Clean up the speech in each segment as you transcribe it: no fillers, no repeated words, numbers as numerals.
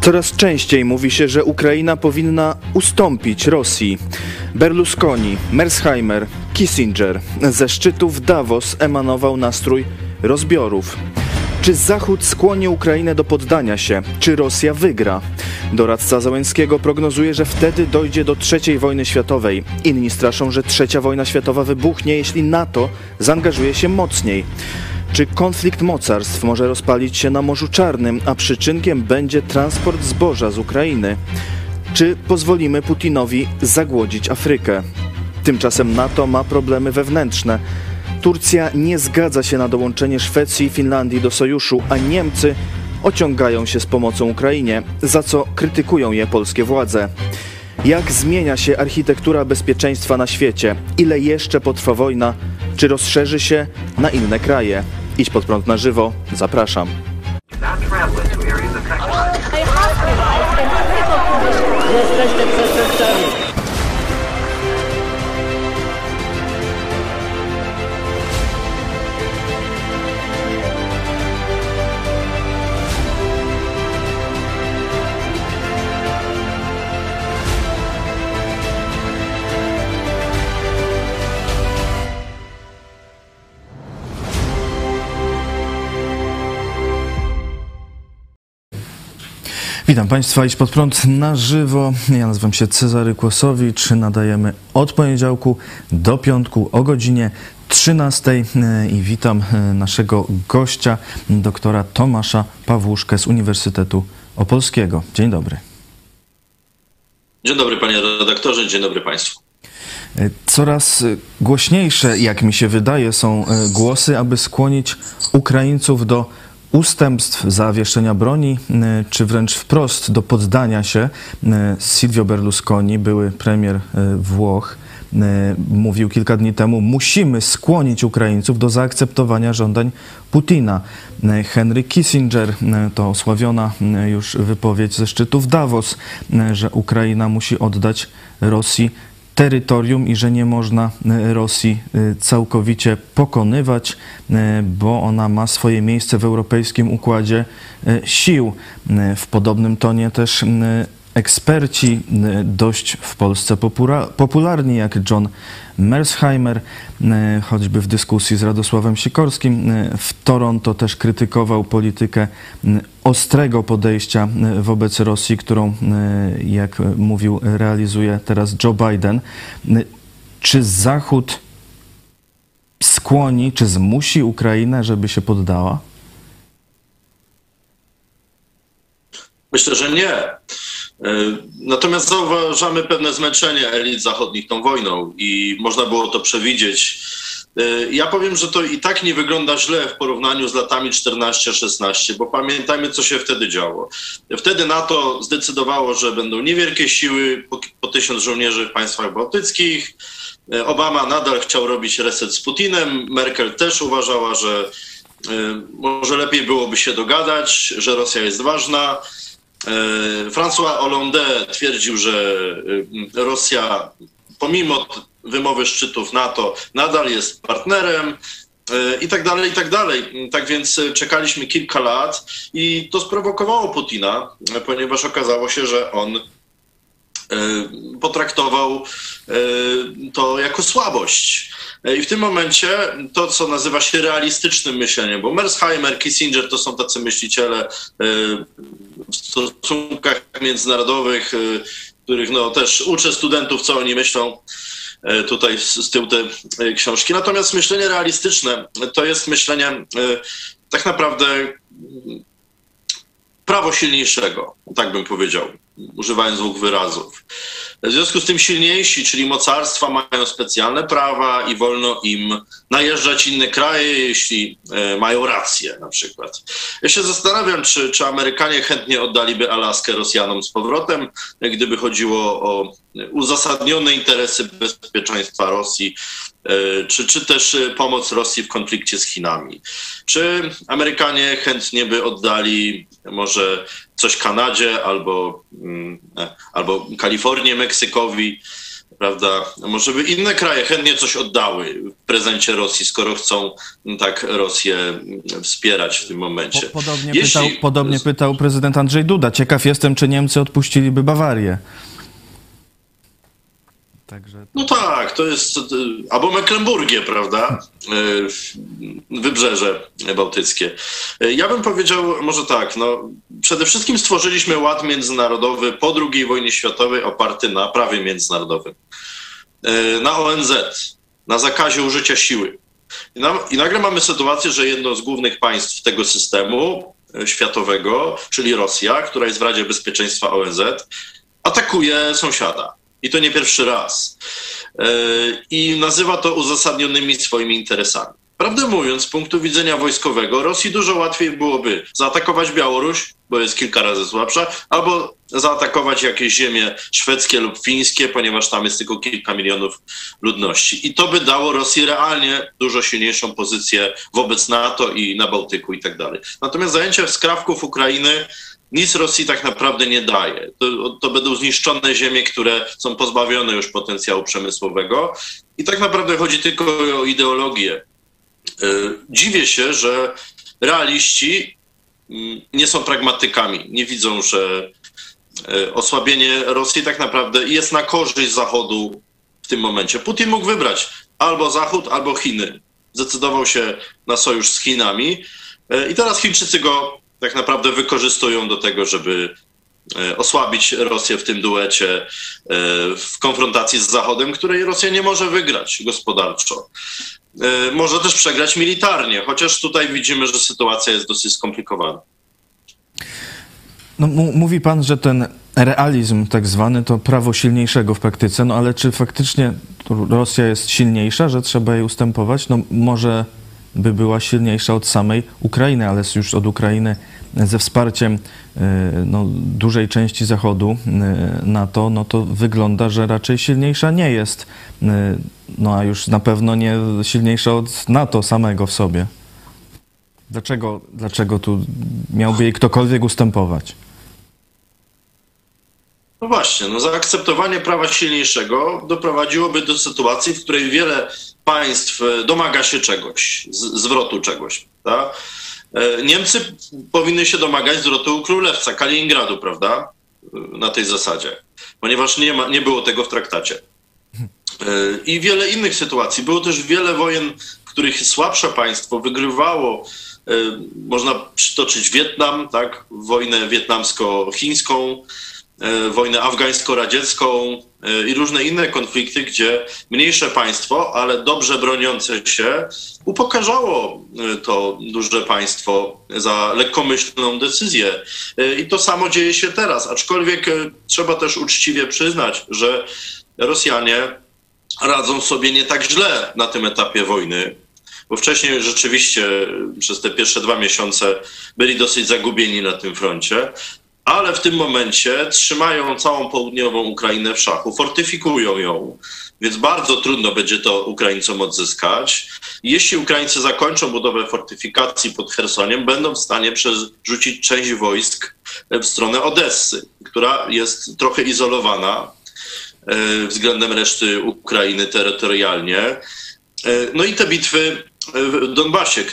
Coraz częściej mówi się, że Ukraina powinna ustąpić Rosji. Berlusconi, Mearsheimer, Kissinger. Ze szczytu w Davos emanował nastrój rozbiorów. Czy Zachód skłoni Ukrainę do poddania się? Czy Rosja wygra? Doradca Zełenskiego prognozuje, że wtedy dojdzie do III wojny światowej. Inni straszą, że trzecia wojna światowa wybuchnie, jeśli NATO zaangażuje się mocniej. Czy konflikt mocarstw może rozpalić się na Morzu Czarnym, a przyczynkiem będzie transport zboża z Ukrainy? Czy pozwolimy Putinowi zagłodzić Afrykę? Tymczasem NATO ma problemy wewnętrzne. Turcja nie zgadza się na dołączenie Szwecji i Finlandii do sojuszu, a Niemcy ociągają się z pomocą Ukrainie, za co krytykują je polskie władze. Jak zmienia się architektura bezpieczeństwa na świecie? Ile jeszcze potrwa wojna? Czy rozszerzy się na inne kraje? Idź pod prąd na żywo. Zapraszam. Jesteście przestępcami. Witam Państwa, Idź pod prąd na żywo. Ja nazywam się Cezary Kłosowicz. Nadajemy od poniedziałku do piątku o godzinie 13 i witam naszego gościa, doktora Tomasza Pawłuszkę z Uniwersytetu Opolskiego. Dzień dobry. Dzień dobry panie redaktorze, dzień dobry państwu. Coraz głośniejsze, jak mi się wydaje, są głosy, aby skłonić Ukraińców do ustępstw, zawieszenia broni, czy wręcz wprost do poddania się. Silvio Berlusconi, były premier Włoch, mówił kilka dni temu: musimy skłonić Ukraińców do zaakceptowania żądań Putina. Henry Kissinger, to osławiona już wypowiedź ze szczytu w Davos, że Ukraina musi oddać Rosji terytorium i że nie można Rosji całkowicie pokonywać, bo ona ma swoje miejsce w europejskim układzie sił. W podobnym tonie też eksperci, dość w Polsce popularni, jak John Mearsheimer, choćby w dyskusji z Radosławem Sikorskim w Toronto, też krytykował politykę ostrego podejścia wobec Rosji, którą, jak mówił, realizuje teraz Joe Biden. Czy Zachód skłoni, czy zmusi Ukrainę, żeby się poddała? Myślę, że nie. Natomiast zauważamy pewne zmęczenie elit zachodnich tą wojną i można było to przewidzieć. Ja powiem, że to i tak nie wygląda źle w porównaniu z latami 14-16, bo pamiętajmy, co się wtedy działo. Wtedy NATO zdecydowało, że będą niewielkie siły, po 1000 żołnierzy w państwach bałtyckich. Obama nadal chciał robić reset z Putinem. Merkel też uważała, że może lepiej byłoby się dogadać, że Rosja jest ważna. François Hollande twierdził, że Rosja pomimo wymowy szczytów NATO nadal jest partnerem i tak dalej, i tak dalej. Tak więc czekaliśmy kilka lat i to sprowokowało Putina, ponieważ okazało się, że on potraktował to jako słabość. I w tym momencie to, co nazywa się realistycznym myśleniem, bo Mearsheimer, Kissinger to są tacy myśliciele w stosunkach międzynarodowych, których też uczę studentów, co oni myślą. Tutaj z tyłu te książki. Natomiast myślenie realistyczne to jest myślenie tak naprawdę prawo silniejszego, tak bym powiedział, używając dwóch wyrazów. W związku z tym silniejsi, czyli mocarstwa, mają specjalne prawa i wolno im najeżdżać inne kraje, jeśli mają rację na przykład. Ja się zastanawiam, czy Amerykanie chętnie oddaliby Alaskę Rosjanom z powrotem, gdyby chodziło o uzasadnione interesy bezpieczeństwa Rosji, czy też pomoc Rosji w konflikcie z Chinami. Czy Amerykanie chętnie by oddali może coś Kanadzie albo Kalifornię Meksykowi. prawda? Może by inne kraje chętnie coś oddały w prezencie Rosji, skoro chcą tak Rosję wspierać w tym momencie. Podobnie pytał prezydent Andrzej Duda. Ciekaw jestem, czy Niemcy odpuściliby Bawarię. Także... No tak, to jest... Albo Mecklenburgię, prawda? Wybrzeże bałtyckie. Ja bym powiedział może tak, no przede wszystkim stworzyliśmy ład międzynarodowy po II wojnie światowej oparty na prawie międzynarodowym. Na ONZ, na zakazie użycia siły. I nagle mamy sytuację, że jedno z głównych państw tego systemu światowego, czyli Rosja, która jest w Radzie Bezpieczeństwa ONZ, atakuje sąsiada. I to nie pierwszy raz. I nazywa to uzasadnionymi swoimi interesami. Prawdę mówiąc, z punktu widzenia wojskowego, Rosji dużo łatwiej byłoby zaatakować Białoruś, bo jest kilka razy słabsza, albo zaatakować jakieś ziemie szwedzkie lub fińskie, ponieważ tam jest tylko kilka milionów ludności. I to by dało Rosji realnie dużo silniejszą pozycję wobec NATO i na Bałtyku i tak dalej. Natomiast zajęcie skrawków Ukrainy nic Rosji tak naprawdę nie daje. To będą zniszczone ziemie, które są pozbawione już potencjału przemysłowego i tak naprawdę chodzi tylko o ideologię. Dziwię się, że realiści nie są pragmatykami. Nie widzą, że osłabienie Rosji tak naprawdę jest na korzyść Zachodu w tym momencie. Putin mógł wybrać albo Zachód, albo Chiny. Zdecydował się na sojusz z Chinami i teraz Chińczycy go tak naprawdę wykorzystują do tego, żeby osłabić Rosję w tym duecie w konfrontacji z Zachodem, której Rosja nie może wygrać gospodarczo. Może też przegrać militarnie, chociaż tutaj widzimy, że sytuacja jest dosyć skomplikowana. No, mówi pan, że ten realizm tak zwany to prawo silniejszego w praktyce, no ale czy faktycznie Rosja jest silniejsza, że trzeba jej ustępować? No może by była silniejsza od samej Ukrainy, ale już od Ukrainy ze wsparciem no, dużej części Zachodu NATO, no to wygląda, że raczej silniejsza nie jest. No a już na pewno nie silniejsza od NATO samego w sobie. Dlaczego tu miałby jej ktokolwiek ustępować? No właśnie, no zaakceptowanie prawa silniejszego doprowadziłoby do sytuacji, w której wiele państw domaga się czegoś, zwrotu czegoś, prawda? Niemcy powinny się domagać zwrotu Królewca, Kaliningradu, prawda? Na tej zasadzie, ponieważ nie było tego w traktacie. I wiele innych sytuacji. Było też wiele wojen, w których słabsze państwo wygrywało. Można przytoczyć Wietnam, tak? Wojnę wietnamsko-chińską, wojnę afgańsko-radziecką i różne inne konflikty, gdzie mniejsze państwo, ale dobrze broniące się, upokarzało to duże państwo za lekkomyślną decyzję. I to samo dzieje się teraz, aczkolwiek trzeba też uczciwie przyznać, że Rosjanie radzą sobie nie tak źle na tym etapie wojny, bo wcześniej rzeczywiście przez te pierwsze 2 miesiące byli dosyć zagubieni na tym froncie, ale w tym momencie trzymają całą południową Ukrainę w szachu, fortyfikują ją, więc bardzo trudno będzie to Ukraińcom odzyskać. Jeśli Ukraińcy zakończą budowę fortyfikacji pod Chersoniem, będą w stanie przerzucić część wojsk w stronę Odessy, która jest trochę izolowana względem reszty Ukrainy terytorialnie. No i te bitwy w Donbasie,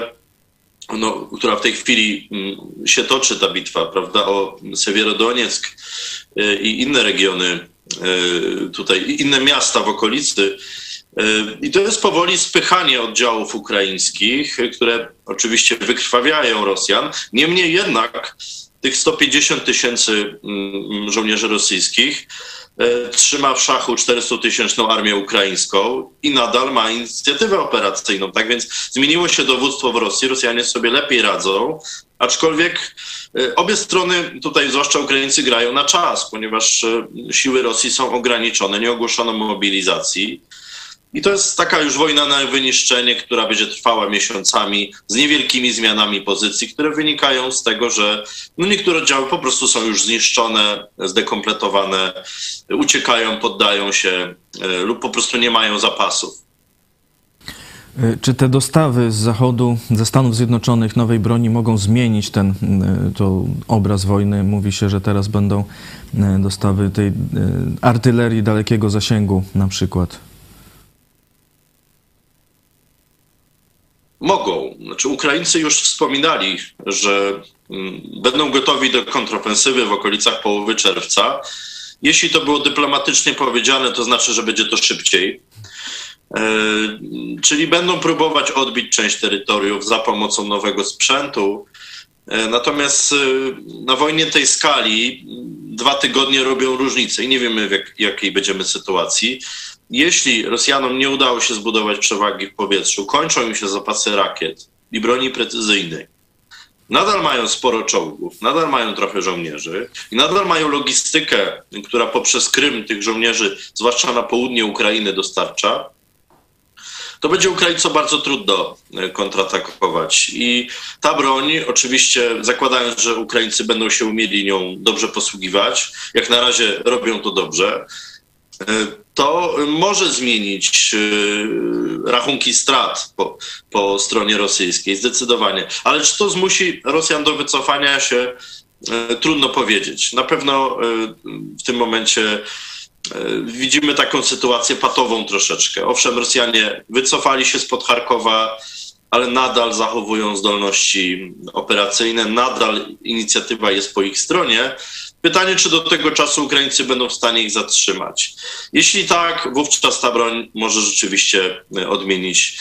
która w tej chwili się toczy, ta bitwa, prawda, o Siewierodonieck i inne regiony tutaj, inne miasta w okolicy. I to jest powoli spychanie oddziałów ukraińskich, które oczywiście wykrwawiają Rosjan. Niemniej jednak tych 150 000 żołnierzy rosyjskich trzyma w szachu 400-tysięczną armię ukraińską i nadal ma inicjatywę operacyjną. Tak więc zmieniło się dowództwo w Rosji, Rosjanie sobie lepiej radzą, aczkolwiek obie strony, tutaj zwłaszcza Ukraińcy, grają na czas, ponieważ siły Rosji są ograniczone, nie ogłoszono mobilizacji. I to jest taka już wojna na wyniszczenie, która będzie trwała miesiącami z niewielkimi zmianami pozycji, które wynikają z tego, że niektóre oddziały po prostu są już zniszczone, zdekompletowane, uciekają, poddają się lub po prostu nie mają zapasów. Czy te dostawy z Zachodu, ze Stanów Zjednoczonych nowej broni mogą zmienić to obraz wojny? Mówi się, że teraz będą dostawy tej artylerii dalekiego zasięgu na przykład. Mogą. Znaczy Ukraińcy już wspominali, że będą gotowi do kontrofensywy w okolicach połowy czerwca. Jeśli to było dyplomatycznie powiedziane, to znaczy, że będzie to szybciej. Czyli będą próbować odbić część terytoriów za pomocą nowego sprzętu. Natomiast na wojnie tej skali 2 tygodnie robią różnicę i nie wiemy, w jakiej będziemy sytuacji. Jeśli Rosjanom nie udało się zbudować przewagi w powietrzu, kończą im się zapasy rakiet i broni precyzyjnej, nadal mają sporo czołgów, nadal mają trochę żołnierzy i nadal mają logistykę, która poprzez Krym tych żołnierzy, zwłaszcza na południe Ukrainy, dostarcza, to będzie Ukraińcom bardzo trudno kontratakować. I ta broń, oczywiście zakładając, że Ukraińcy będą się umieli nią dobrze posługiwać, jak na razie robią to dobrze, to może zmienić rachunki strat po stronie rosyjskiej, zdecydowanie. Ale czy to zmusi Rosjan do wycofania się? Trudno powiedzieć. Na pewno w tym momencie widzimy taką sytuację patową troszeczkę. Owszem, Rosjanie wycofali się spod Charkowa, ale nadal zachowują zdolności operacyjne, nadal inicjatywa jest po ich stronie. Pytanie, czy do tego czasu Ukraińcy będą w stanie ich zatrzymać. Jeśli tak, wówczas ta broń może rzeczywiście odmienić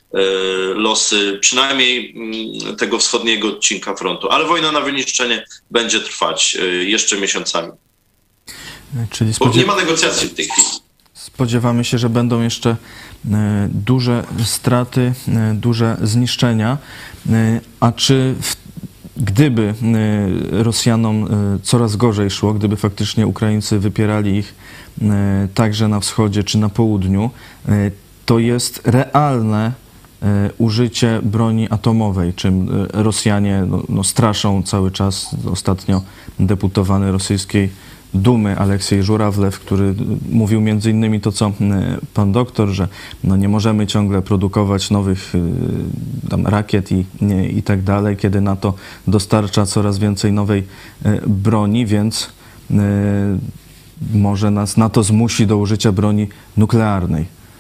losy przynajmniej tego wschodniego odcinka frontu. Ale wojna na wyniszczenie będzie trwać jeszcze miesiącami. Czyli bo nie ma negocjacji w tej chwili. Spodziewamy się, że będą jeszcze duże straty, duże zniszczenia. A czy gdyby Rosjanom coraz gorzej szło, gdyby faktycznie Ukraińcy wypierali ich także na wschodzie czy na południu, to jest realne użycie broni atomowej, czym Rosjanie straszą cały czas. Ostatnio deputowany rosyjskiej Dumy Aleksiej Żurawlew, który mówił między innymi to, co pan doktor, że nie możemy ciągle produkować nowych rakiet i tak dalej, kiedy NATO dostarcza coraz więcej nowej broni, więc może nas NATO zmusi do użycia broni nuklearnej.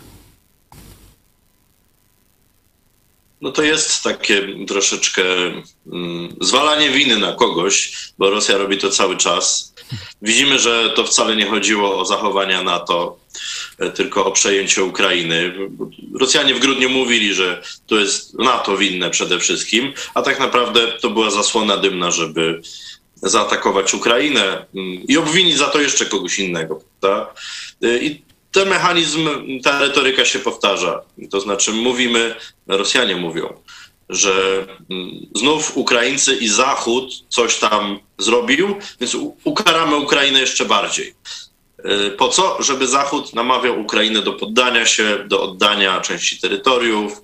No to jest takie troszeczkę zwalanie winy na kogoś, bo Rosja robi to cały czas. Widzimy, że to wcale nie chodziło o zachowania NATO, tylko o przejęcie Ukrainy. Rosjanie w grudniu mówili, że to jest NATO winne przede wszystkim, a tak naprawdę to była zasłona dymna, żeby zaatakować Ukrainę i obwinić za to jeszcze kogoś innego. Prawda? I ten mechanizm, ta retoryka się powtarza. To znaczy Rosjanie mówią, że znów Ukraińcy i Zachód coś tam zrobił, więc ukaramy Ukrainę jeszcze bardziej. Po co? Żeby Zachód namawiał Ukrainę do poddania się, do oddania części terytoriów,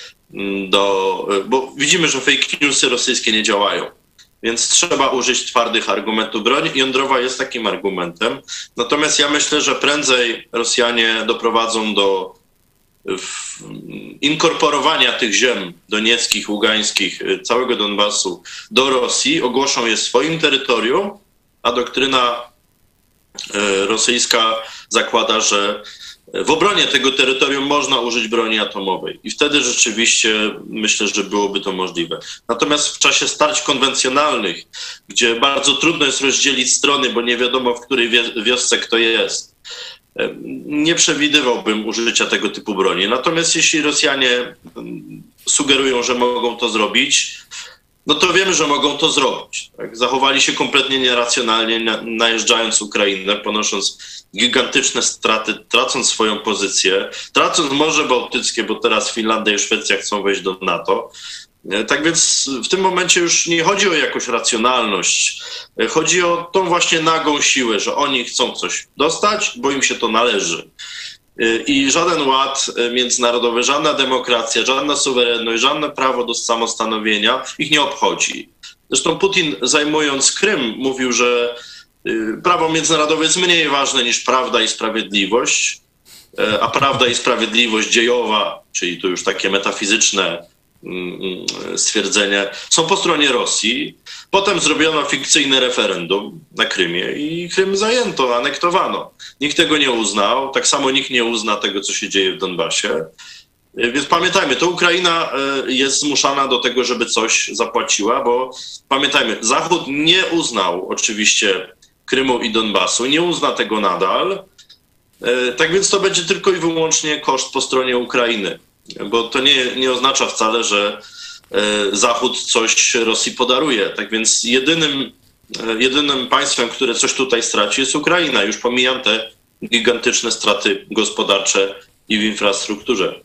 bo widzimy, że fake newsy rosyjskie nie działają. Więc trzeba użyć twardych argumentów. Broń jądrowa jest takim argumentem. Natomiast ja myślę, że prędzej Rosjanie doprowadzą do inkorporowania tych ziem donieckich, ługańskich, całego Donbasu do Rosji, ogłoszą je swoim terytorium, a doktryna rosyjska zakłada, że w obronie tego terytorium można użyć broni atomowej. I wtedy rzeczywiście myślę, że byłoby to możliwe. Natomiast w czasie starć konwencjonalnych, gdzie bardzo trudno jest rozdzielić strony, bo nie wiadomo, w której wiosce kto jest, nie przewidywałbym użycia tego typu broni. Natomiast jeśli Rosjanie sugerują, że mogą to zrobić, no to wiemy, że mogą to zrobić. Tak? Zachowali się kompletnie nieracjonalnie, najeżdżając Ukrainę, ponosząc gigantyczne straty, tracąc swoją pozycję, tracąc Morze Bałtyckie, bo teraz Finlandia i Szwecja chcą wejść do NATO. Tak więc w tym momencie już nie chodzi o jakąś racjonalność. Chodzi o tą właśnie nagą siłę, że oni chcą coś dostać, bo im się to należy. I żaden ład międzynarodowy, żadna demokracja, żadna suwerenność, żadne prawo do samostanowienia ich nie obchodzi. Zresztą Putin, zajmując Krym, mówił, że prawo międzynarodowe jest mniej ważne niż prawda i sprawiedliwość, a prawda i sprawiedliwość dziejowa czyli tu już takie metafizyczne stwierdzenie, są po stronie Rosji. Potem zrobiono fikcyjne referendum na Krymie i Krym zajęto, anektowano. Nikt tego nie uznał, tak samo nikt nie uzna tego, co się dzieje w Donbasie. Więc pamiętajmy, to Ukraina jest zmuszana do tego, żeby coś zapłaciła, bo pamiętajmy, Zachód nie uznał oczywiście Krymu i Donbasu, nie uzna tego nadal. Tak więc to będzie tylko i wyłącznie koszt po stronie Ukrainy, bo to nie oznacza wcale, że Zachód coś Rosji podaruje. Tak więc jedynym państwem, które coś tutaj straci, jest Ukraina. Już pomijam te gigantyczne straty gospodarcze i w infrastrukturze.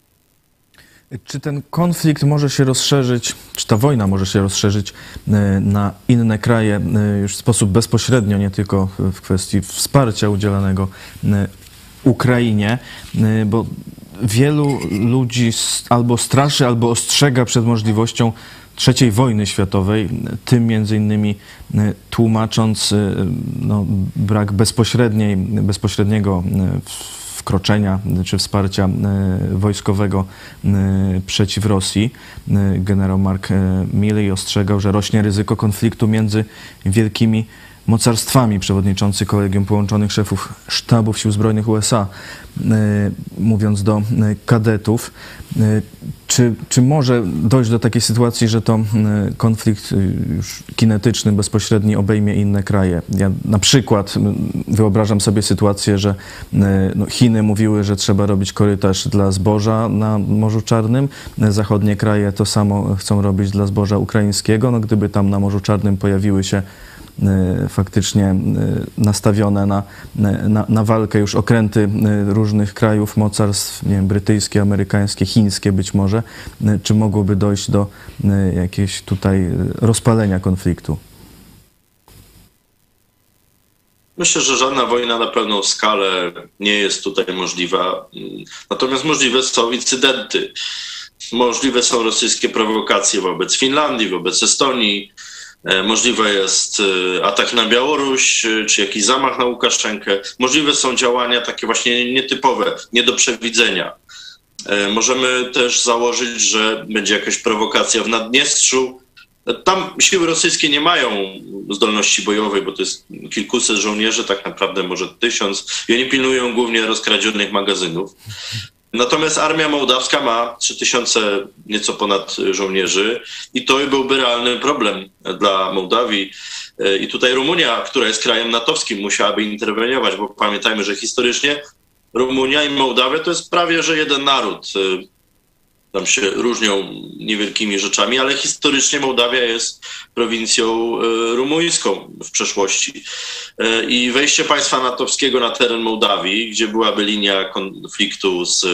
Czy ten konflikt może się rozszerzyć, czy ta wojna może się rozszerzyć na inne kraje już w sposób bezpośrednio, nie tylko w kwestii wsparcia udzielanego Ukrainie, bo wielu ludzi albo straszy, albo ostrzega przed możliwością III wojny światowej, tym między innymi tłumacząc brak bezpośredniego wkroczenia czy wsparcia wojskowego przeciw Rosji. Generał Mark Milley ostrzegał, że rośnie ryzyko konfliktu między wielkimi mocarstwami. Przewodniczący Kolegium Połączonych Szefów Sztabów Sił Zbrojnych USA, mówiąc do kadetów, czy może dojść do takiej sytuacji, że to konflikt już kinetyczny, bezpośredni obejmie inne kraje? Ja na przykład wyobrażam sobie sytuację, że Chiny mówiły, że trzeba robić korytarz dla zboża na Morzu Czarnym. Zachodnie kraje to samo chcą robić dla zboża ukraińskiego. Gdyby tam na Morzu Czarnym pojawiły się faktycznie nastawione na walkę już okręty różnych krajów, mocarstw, nie wiem, brytyjskie, amerykańskie, chińskie być może, czy mogłoby dojść do jakiegoś tutaj rozpalenia konfliktu? Myślę, że żadna wojna na pełną skalę nie jest tutaj możliwa. Natomiast możliwe są incydenty. Możliwe są rosyjskie prowokacje wobec Finlandii, wobec Estonii. Możliwe jest atak na Białoruś, czy jakiś zamach na Łukaszenkę. Możliwe są działania takie właśnie nietypowe, nie do przewidzenia. Możemy też założyć, że będzie jakaś prowokacja w Naddniestrzu. Tam siły rosyjskie nie mają zdolności bojowej, bo to jest kilkuset żołnierzy, tak naprawdę może 1000 i oni pilnują głównie rozkradzionych magazynów. Natomiast armia mołdawska ma 3000 nieco ponad żołnierzy i to byłby realny problem dla Mołdawii. I tutaj Rumunia, która jest krajem natowskim, musiałaby interweniować, bo pamiętajmy, że historycznie Rumunia i Mołdawia to jest prawie że jeden naród. Tam się różnią niewielkimi rzeczami, ale historycznie Mołdawia jest prowincją rumuńską w przeszłości. I wejście państwa natowskiego na teren Mołdawii, gdzie byłaby linia konfliktu z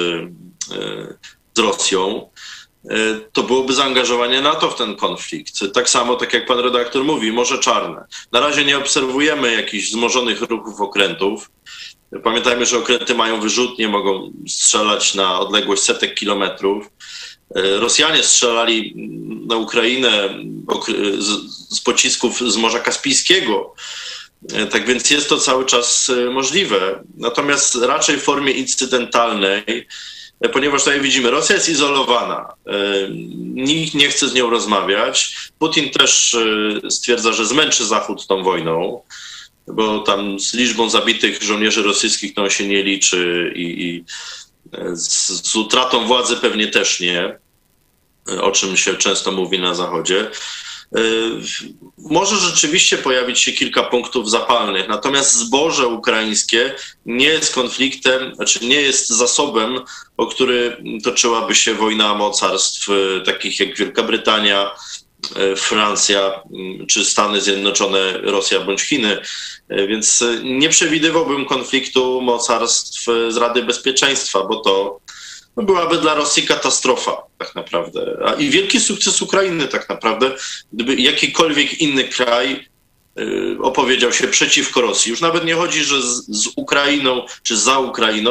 Rosją, to byłoby zaangażowanie NATO w ten konflikt. Tak samo, tak jak pan redaktor mówi, Morze Czarne. Na razie nie obserwujemy jakichś wzmożonych ruchów okrętów. Pamiętajmy, że okręty mają wyrzutnie, mogą strzelać na odległość setek kilometrów. Rosjanie strzelali na Ukrainę z pocisków z Morza Kaspijskiego. Tak więc jest to cały czas możliwe. Natomiast raczej w formie incydentalnej, ponieważ tutaj widzimy, Rosja jest izolowana. Nikt nie chce z nią rozmawiać. Putin też stwierdza, że zmęczy Zachód tą wojną, bo tam z liczbą zabitych żołnierzy rosyjskich to on się nie liczy i z utratą władzy pewnie też nie, o czym się często mówi na Zachodzie. Może rzeczywiście pojawić się kilka punktów zapalnych, natomiast zboże ukraińskie nie jest konfliktem, znaczy nie jest zasobem, o który toczyłaby się wojna mocarstw takich jak Wielka Brytania, Francja czy Stany Zjednoczone, Rosja bądź Chiny. Więc nie przewidywałbym konfliktu mocarstw z Rady Bezpieczeństwa, bo to byłaby dla Rosji katastrofa tak naprawdę. I wielki sukces Ukrainy tak naprawdę, gdyby jakikolwiek inny kraj opowiedział się przeciwko Rosji. Już nawet nie chodzi, że z Ukrainą czy za Ukrainą,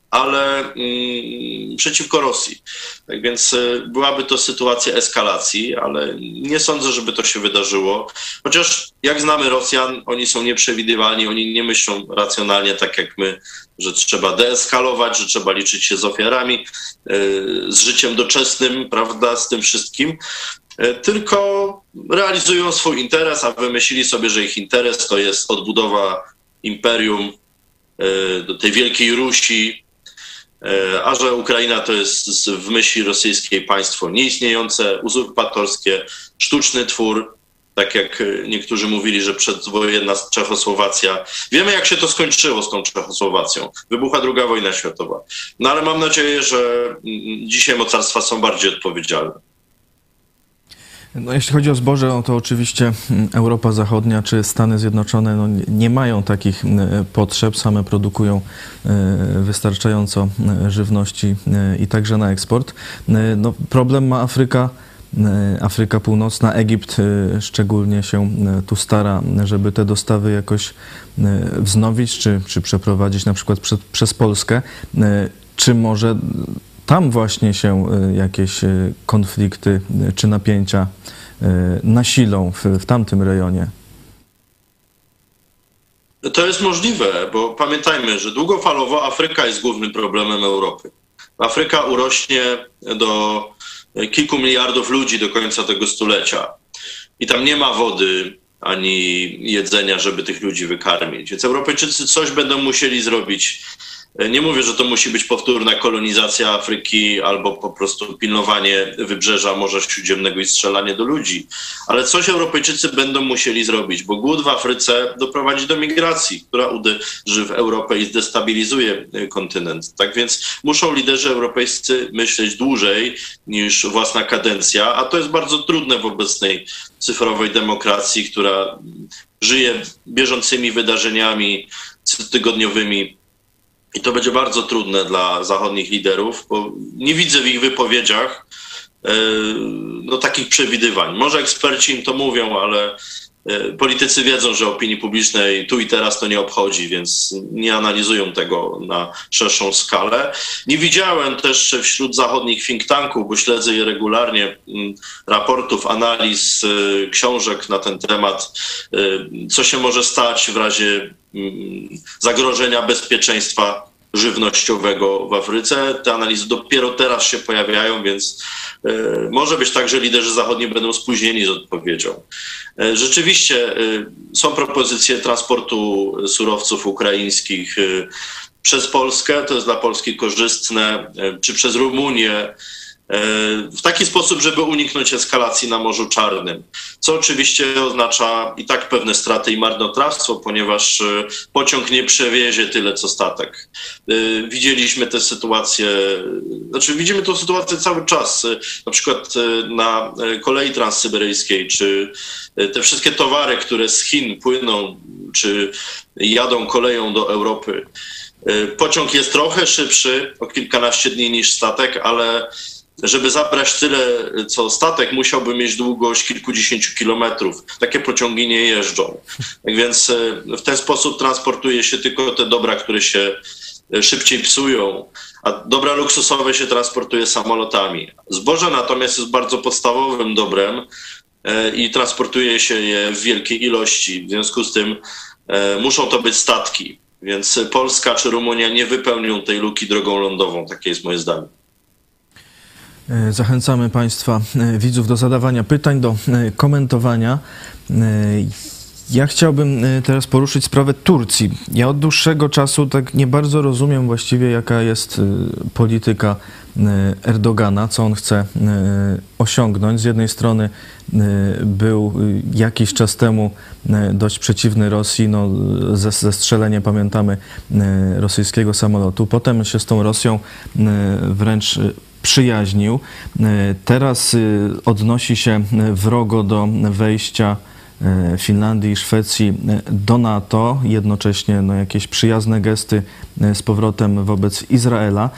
ale przeciwko Rosji. Tak więc byłaby to sytuacja eskalacji, ale nie sądzę, żeby to się wydarzyło. Chociaż jak znamy Rosjan, oni są nieprzewidywalni, oni nie myślą racjonalnie tak jak my, że trzeba deeskalować, że trzeba liczyć się z ofiarami, z życiem doczesnym, prawda, z tym wszystkim. Tylko realizują swój interes, a wymyślili sobie, że ich interes to jest odbudowa imperium, do tej wielkiej Rusi, a że Ukraina to jest w myśli rosyjskiej państwo nieistniejące, uzurpatorskie, sztuczny twór, tak jak niektórzy mówili, że przedwojenna Czechosłowacja. Wiemy, jak się to skończyło z tą Czechosłowacją. Wybuchła II wojna światowa. No ale mam nadzieję, że dzisiaj mocarstwa są bardziej odpowiedzialne. No, jeśli chodzi o zboże, no to oczywiście Europa Zachodnia czy Stany Zjednoczone no, nie mają takich potrzeb, same produkują wystarczająco żywności i także na eksport. No, problem ma Afryka Północna, Egipt szczególnie się tu stara, żeby te dostawy jakoś wznowić czy przeprowadzić na przykład przez Polskę. Czy może tam właśnie się jakieś konflikty czy napięcia nasilą w tamtym rejonie? To jest możliwe, bo pamiętajmy, że długofalowo Afryka jest głównym problemem Europy. Afryka urośnie do kilku miliardów ludzi do końca tego stulecia i tam nie ma wody ani jedzenia, żeby tych ludzi wykarmić. Więc Europejczycy coś będą musieli zrobić. Nie mówię, że to musi być powtórna kolonizacja Afryki albo po prostu pilnowanie wybrzeża Morza Śródziemnego i strzelanie do ludzi, ale coś Europejczycy będą musieli zrobić, bo głód w Afryce doprowadzi do migracji, która uderzy w Europę i zdestabilizuje kontynent. Tak więc muszą liderzy europejscy myśleć dłużej niż własna kadencja, a to jest bardzo trudne w obecnej cyfrowej demokracji, która żyje bieżącymi wydarzeniami cotygodniowymi. I to będzie bardzo trudne dla zachodnich liderów, bo nie widzę w ich wypowiedziach takich przewidywań. Może eksperci im to mówią, ale politycy wiedzą, że opinii publicznej tu i teraz to nie obchodzi, więc nie analizują tego na szerszą skalę. Nie widziałem też wśród zachodnich think tanków, bo śledzę je regularnie, raportów, analiz, książek na ten temat, co się może stać w razie zagrożenia bezpieczeństwa żywnościowego w Afryce. Te analizy dopiero teraz się pojawiają, więc może być tak, że liderzy zachodni będą spóźnieni z odpowiedzią. Rzeczywiście są propozycje transportu surowców ukraińskich przez Polskę, to jest dla Polski korzystne, czy przez Rumunię, w taki sposób, żeby uniknąć eskalacji na Morzu Czarnym, co oczywiście oznacza i tak pewne straty i marnotrawstwo, ponieważ pociąg nie przewiezie tyle, co statek. Widzieliśmy tę sytuację, widzimy tę sytuację cały czas, na przykład na kolei transsyberyjskiej, czy te wszystkie towary, które z Chin płyną, czy jadą koleją do Europy. Pociąg jest trochę szybszy, o kilkanaście dni niż statek, ale żeby zabrać tyle, co statek, musiałby mieć długość kilkudziesięciu kilometrów. Takie pociągi nie jeżdżą. Tak więc w ten sposób transportuje się tylko te dobra, które się szybciej psują, a dobra luksusowe się transportuje samolotami. Zboże natomiast jest bardzo podstawowym dobrem i transportuje się je w wielkiej ilości. W związku z tym muszą to być statki. Więc Polska czy Rumunia nie wypełnią tej luki drogą lądową. Takie jest moje zdanie. Zachęcamy Państwa widzów do zadawania pytań, do komentowania. Ja chciałbym teraz poruszyć sprawę Turcji. Ja od dłuższego czasu tak nie bardzo rozumiem właściwie, jaka jest polityka Erdogana, co on chce osiągnąć. Z jednej strony był jakiś czas temu dość przeciwny Rosji, zestrzelenie, pamiętamy, rosyjskiego samolotu. Potem się z tą Rosją wręcz przyjaźnił. Teraz odnosi się wrogo do wejścia Finlandii i Szwecji do NATO, jednocześnie jakieś przyjazne gesty z powrotem wobec Izraela.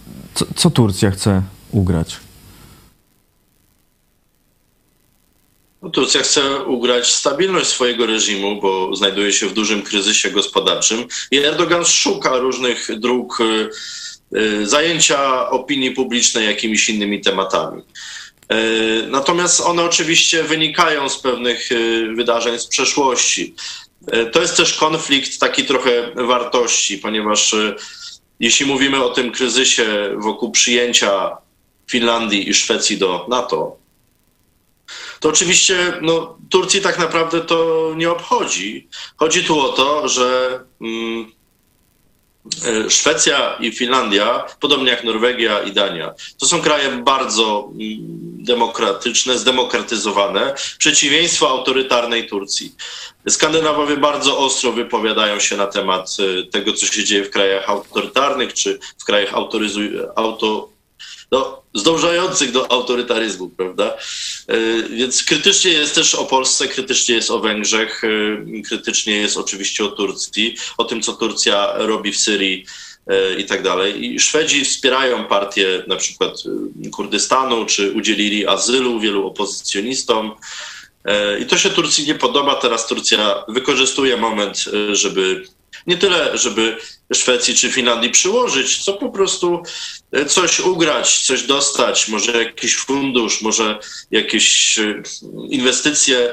Co Turcja chce ugrać? No, Turcja chce ugrać stabilność swojego reżimu, bo znajduje się w dużym kryzysie gospodarczym i Erdogan szuka różnych dróg zajęcia opinii publicznej jakimiś innymi tematami. Natomiast one oczywiście wynikają z pewnych wydarzeń z przeszłości. To jest też konflikt taki trochę wartości, ponieważ jeśli mówimy o tym kryzysie wokół przyjęcia Finlandii i Szwecji do NATO, to oczywiście Turcji tak naprawdę to nie obchodzi. Chodzi tu o to, że Szwecja i Finlandia, podobnie jak Norwegia i Dania, to są kraje bardzo demokratyczne, zdemokratyzowane, przeciwieństwo autorytarnej Turcji. Skandynawowie bardzo ostro wypowiadają się na temat tego, co się dzieje w krajach autorytarnych, czy w krajach zdążających do autorytaryzmu, prawda? Więc krytycznie jest też o Polsce, krytycznie jest o Węgrzech, krytycznie jest oczywiście o Turcji, o tym, co Turcja robi w Syrii i tak dalej. I Szwedzi wspierają partię na przykład Kurdystanu, czy udzielili azylu wielu opozycjonistom. I to się Turcji nie podoba. Teraz Turcja wykorzystuje moment, żeby nie tyle, żeby Szwecji czy Finlandii przyłożyć, co po prostu coś ugrać, coś dostać, może jakiś fundusz, może jakieś inwestycje,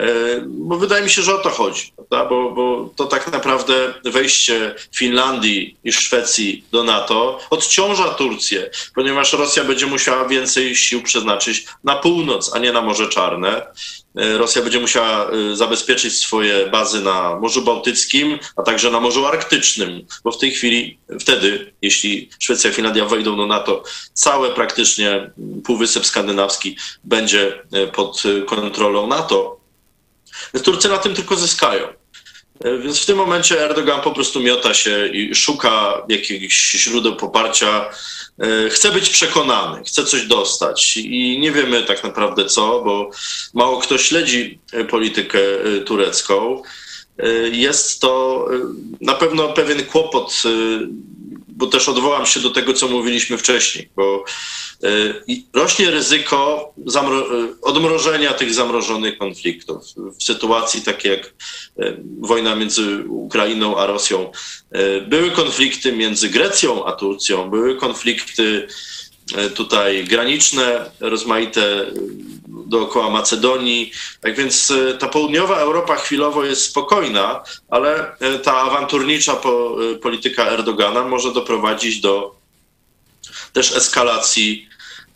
bo wydaje mi się, że o to chodzi, prawda? Bo to tak naprawdę wejście Finlandii i Szwecji do NATO odciąża Turcję, ponieważ Rosja będzie musiała więcej sił przeznaczyć na północ, a nie na Morze Czarne. Rosja będzie musiała zabezpieczyć swoje bazy na Morzu Bałtyckim, a także na Morzu Arktycznym, bo w tej chwili, wtedy, jeśli Szwecja i Finlandia wejdą do NATO, cały praktycznie Półwysep Skandynawski będzie pod kontrolą NATO. Więc Turcy na tym tylko zyskają. Więc w tym momencie Erdogan po prostu miota się i szuka jakichś źródeł poparcia. Chce być przekonany, chce coś dostać i nie wiemy tak naprawdę co, bo mało kto śledzi politykę turecką. Jest to na pewno pewien kłopot, bo też odwołam się do tego, co mówiliśmy wcześniej, bo rośnie ryzyko odmrożenia tych zamrożonych konfliktów. W sytuacji takiej jak wojna między Ukrainą a Rosją, były konflikty między Grecją a Turcją, były konflikty tutaj graniczne, rozmaite dookoła Macedonii. Tak więc ta południowa Europa chwilowo jest spokojna, ale ta awanturnicza polityka Erdogana może doprowadzić do też eskalacji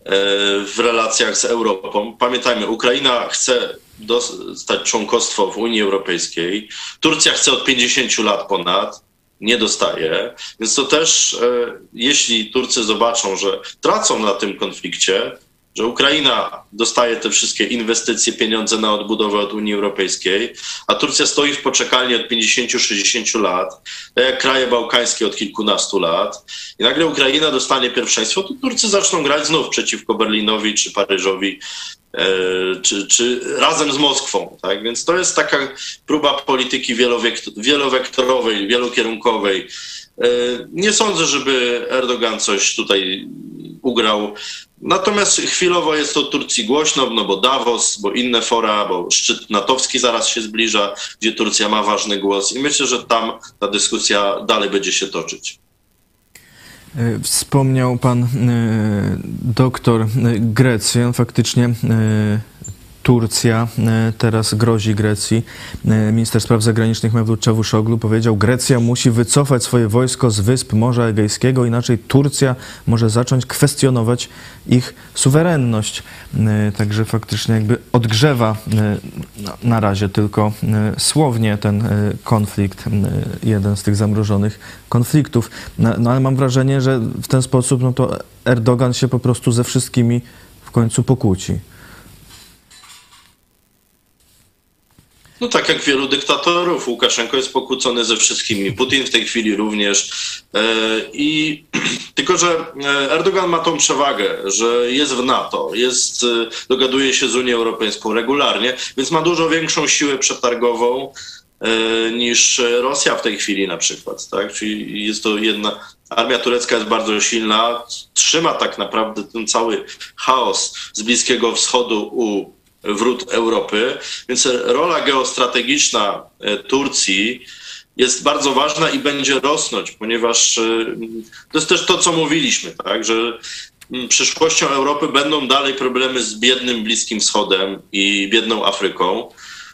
w relacjach z Europą. Pamiętajmy, Ukraina chce dostać członkostwo w Unii Europejskiej, Turcja chce od 50 lat ponad, nie dostaje, więc to też, jeśli Turcy zobaczą, że tracą na tym konflikcie, że Ukraina dostaje te wszystkie inwestycje, pieniądze na odbudowę od Unii Europejskiej, a Turcja stoi w poczekalni od 50-60 lat, tak jak kraje bałkańskie od kilkunastu lat, i nagle Ukraina dostanie pierwszeństwo, to Turcy zaczną grać znów przeciwko Berlinowi czy Paryżowi, czy razem z Moskwą. Tak? Więc to jest taka próba polityki wielowektorowej, wielokierunkowej. Nie sądzę, żeby Erdogan coś tutaj ugrał. Natomiast chwilowo jest to Turcji głośno, no bo Davos, bo inne fora, bo szczyt natowski zaraz się zbliża, gdzie Turcja ma ważny głos i myślę, że tam ta dyskusja dalej będzie się toczyć. Wspomniał pan doktor Grecję. Faktycznie Turcja teraz grozi Grecji. Minister spraw zagranicznych Mevlut Cavusoglu powiedział, Grecja musi wycofać swoje wojsko z wysp Morza Egejskiego, inaczej Turcja może zacząć kwestionować ich suwerenność. Także faktycznie jakby odgrzewa na razie tylko słownie ten konflikt, jeden z tych zamrożonych konfliktów. No ale mam wrażenie, że w ten sposób no to Erdogan się po prostu ze wszystkimi w końcu pokłóci. No tak jak wielu dyktatorów, Łukaszenko jest pokłócony ze wszystkimi, Putin w tej chwili również. Tylko że Erdogan ma tą przewagę, że jest w NATO, dogaduje się z Unią Europejską regularnie, więc ma dużo większą siłę przetargową niż Rosja w tej chwili na przykład. Tak? Czyli jest to armia turecka jest bardzo silna, trzyma tak naprawdę ten cały chaos z Bliskiego Wschodu u wrót Europy, więc rola geostrategiczna Turcji jest bardzo ważna i będzie rosnąć, ponieważ to jest też to, co mówiliśmy, tak, że przyszłością Europy będą dalej problemy z biednym Bliskim Wschodem i biedną Afryką.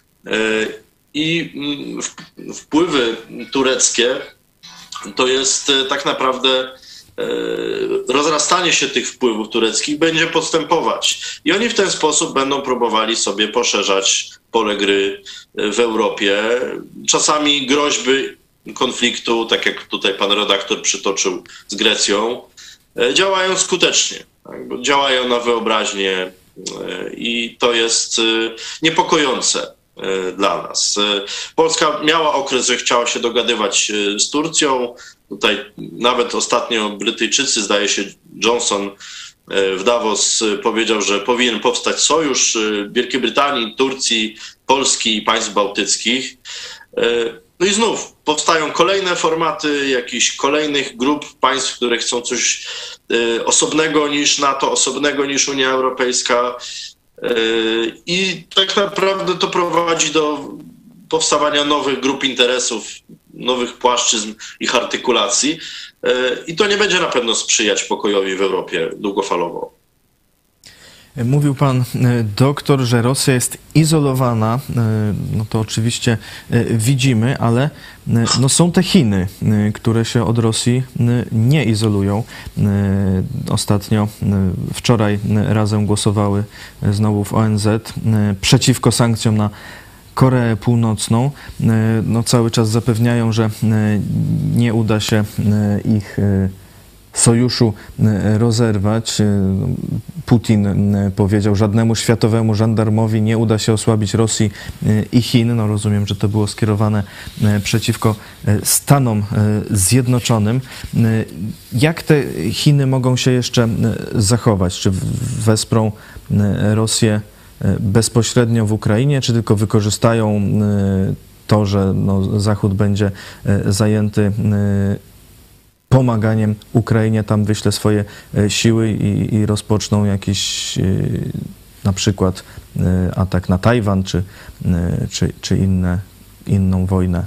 I wpływy tureckie to jest tak naprawdę rozrastanie się tych wpływów tureckich będzie postępować. I oni w ten sposób będą próbowali sobie poszerzać pole gry w Europie. Czasami groźby konfliktu, tak jak tutaj pan redaktor przytoczył z Grecją, działają skutecznie. Tak? Bo działają na wyobraźnię i to jest niepokojące dla nas. Polska miała okres, że chciała się dogadywać z Turcją. Tutaj nawet ostatnio Brytyjczycy, zdaje się Johnson w Davos powiedział, że powinien powstać sojusz Wielkiej Brytanii, Turcji, Polski i państw bałtyckich. No i znów powstają kolejne formaty jakichś kolejnych grup państw, które chcą coś osobnego niż NATO, osobnego niż Unia Europejska. I tak naprawdę to prowadzi do powstawania nowych grup interesów, nowych płaszczyzn, ich artykulacji. I to nie będzie na pewno sprzyjać pokojowi w Europie długofalowo. Mówił pan doktor, że Rosja jest izolowana. No to oczywiście widzimy, ale no są te Chiny, które się od Rosji nie izolują. Ostatnio, wczoraj razem głosowały znowu w ONZ przeciwko sankcjom na Koreę Północną. No cały czas zapewniają, że nie uda się ich sojuszu rozerwać. Putin powiedział, żadnemu światowemu żandarmowi nie uda się osłabić Rosji i Chin. No rozumiem, że to było skierowane przeciwko Stanom Zjednoczonym. Jak te Chiny mogą się jeszcze zachować? Czy wesprą Rosję bezpośrednio w Ukrainie, czy tylko wykorzystają to, że no, Zachód będzie zajęty pomaganiem Ukrainie, tam wyśle swoje siły i rozpoczną jakiś na przykład atak na Tajwan, czy inną wojnę?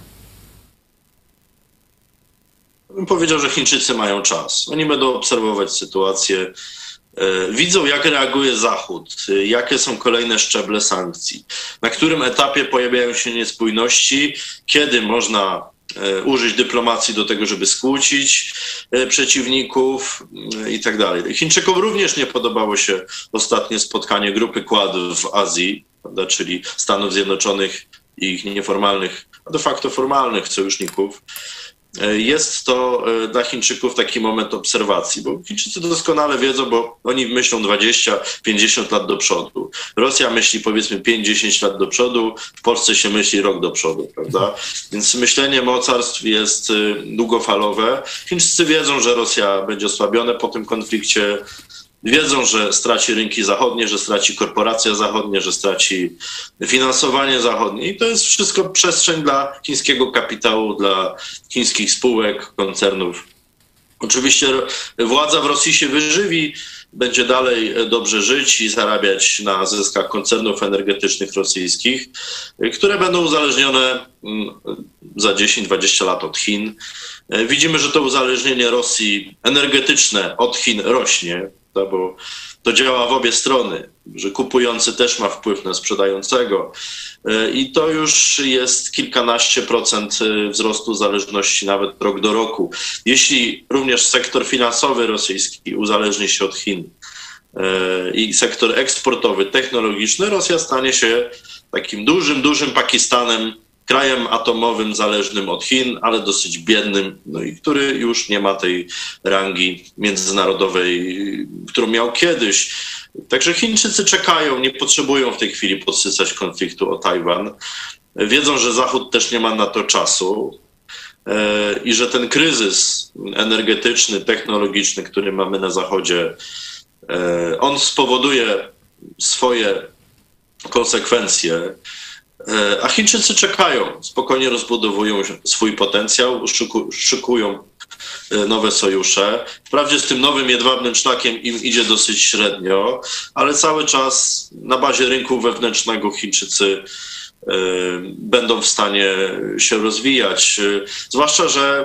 Bym powiedział, że Chińczycy mają czas. Oni będą obserwować sytuację, widzą, jak reaguje Zachód, jakie są kolejne szczeble sankcji, na którym etapie pojawiają się niespójności, kiedy można użyć dyplomacji do tego, żeby skłócić przeciwników i tak dalej. Chińczykom również nie podobało się ostatnie spotkanie grupy Quad w Azji, prawda, czyli Stanów Zjednoczonych i ich nieformalnych, a de facto formalnych sojuszników. Jest to dla Chińczyków taki moment obserwacji, bo Chińczycy doskonale wiedzą, bo oni myślą 20-50 lat do przodu. Rosja myśli powiedzmy 5-10 lat do przodu, w Polsce się myśli rok do przodu, prawda? Więc myślenie mocarstw jest długofalowe. Chińczycy wiedzą, że Rosja będzie osłabiona po tym konflikcie, wiedzą, że straci rynki zachodnie, że straci korporacje zachodnie, że straci finansowanie zachodnie. I to jest wszystko przestrzeń dla chińskiego kapitału, dla chińskich spółek, koncernów. Oczywiście władza w Rosji się wyżywi, będzie dalej dobrze żyć i zarabiać na zyskach koncernów energetycznych rosyjskich, które będą uzależnione za 10-20 lat od Chin. Widzimy, że to uzależnienie Rosji energetyczne od Chin rośnie, bo to działa w obie strony, że kupujący też ma wpływ na sprzedającego i to już jest kilkanaście procent wzrostu zależności nawet rok do roku. Jeśli również sektor finansowy rosyjski uzależni się od Chin i sektor eksportowy, technologiczny, Rosja stanie się takim dużym Pakistanem, krajem atomowym zależnym od Chin, ale dosyć biednym, no i który już nie ma tej rangi międzynarodowej, którą miał kiedyś. Także Chińczycy czekają, nie potrzebują w tej chwili podsycać konfliktu o Tajwan. Wiedzą, że Zachód też nie ma na to czasu i że ten kryzys energetyczny, technologiczny, który mamy na Zachodzie, on spowoduje swoje konsekwencje. A Chińczycy czekają, spokojnie rozbudowują swój potencjał, szykują nowe sojusze. Wprawdzie z tym nowym jedwabnym szlakiem im idzie dosyć średnio, ale cały czas na bazie rynku wewnętrznego Chińczycy będą w stanie się rozwijać. Zwłaszcza, że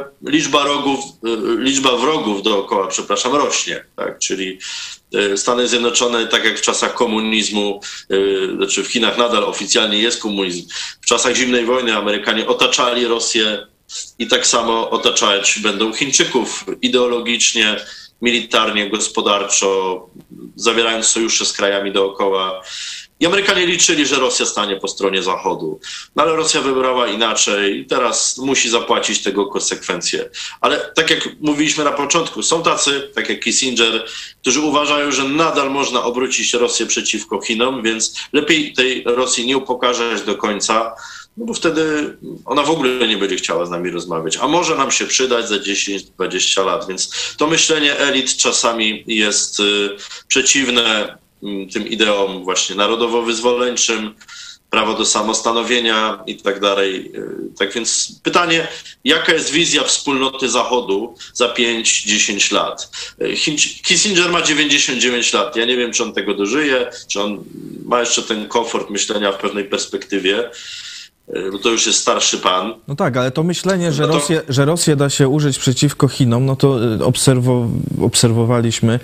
liczba wrogów dookoła, rośnie. Tak? Czyli Stany Zjednoczone, tak jak w czasach komunizmu, znaczy w Chinach nadal oficjalnie jest komunizm, w czasach zimnej wojny Amerykanie otaczali Rosję i tak samo otaczać będą Chińczyków ideologicznie, militarnie, gospodarczo, zawierając sojusze z krajami dookoła. I Amerykanie liczyli, że Rosja stanie po stronie Zachodu. No ale Rosja wybrała inaczej i teraz musi zapłacić tego konsekwencje. Ale tak jak mówiliśmy na początku, są tacy, tak jak Kissinger, którzy uważają, że nadal można obrócić Rosję przeciwko Chinom, więc lepiej tej Rosji nie upokarzać do końca, no bo wtedy ona w ogóle nie będzie chciała z nami rozmawiać. A może nam się przydać za 10-20 lat, więc to myślenie elit czasami jest przeciwne tym ideom właśnie narodowo-wyzwoleńczym, prawo do samostanowienia i tak dalej. Tak więc pytanie, jaka jest wizja wspólnoty Zachodu za 5-10 lat? Kissinger ma 99 lat. Ja nie wiem, czy on tego dożyje, czy on ma jeszcze ten komfort myślenia w pewnej perspektywie, bo to już jest starszy pan. No tak, ale to myślenie, że Rosję da się użyć przeciwko Chinom, no to obserwowaliśmy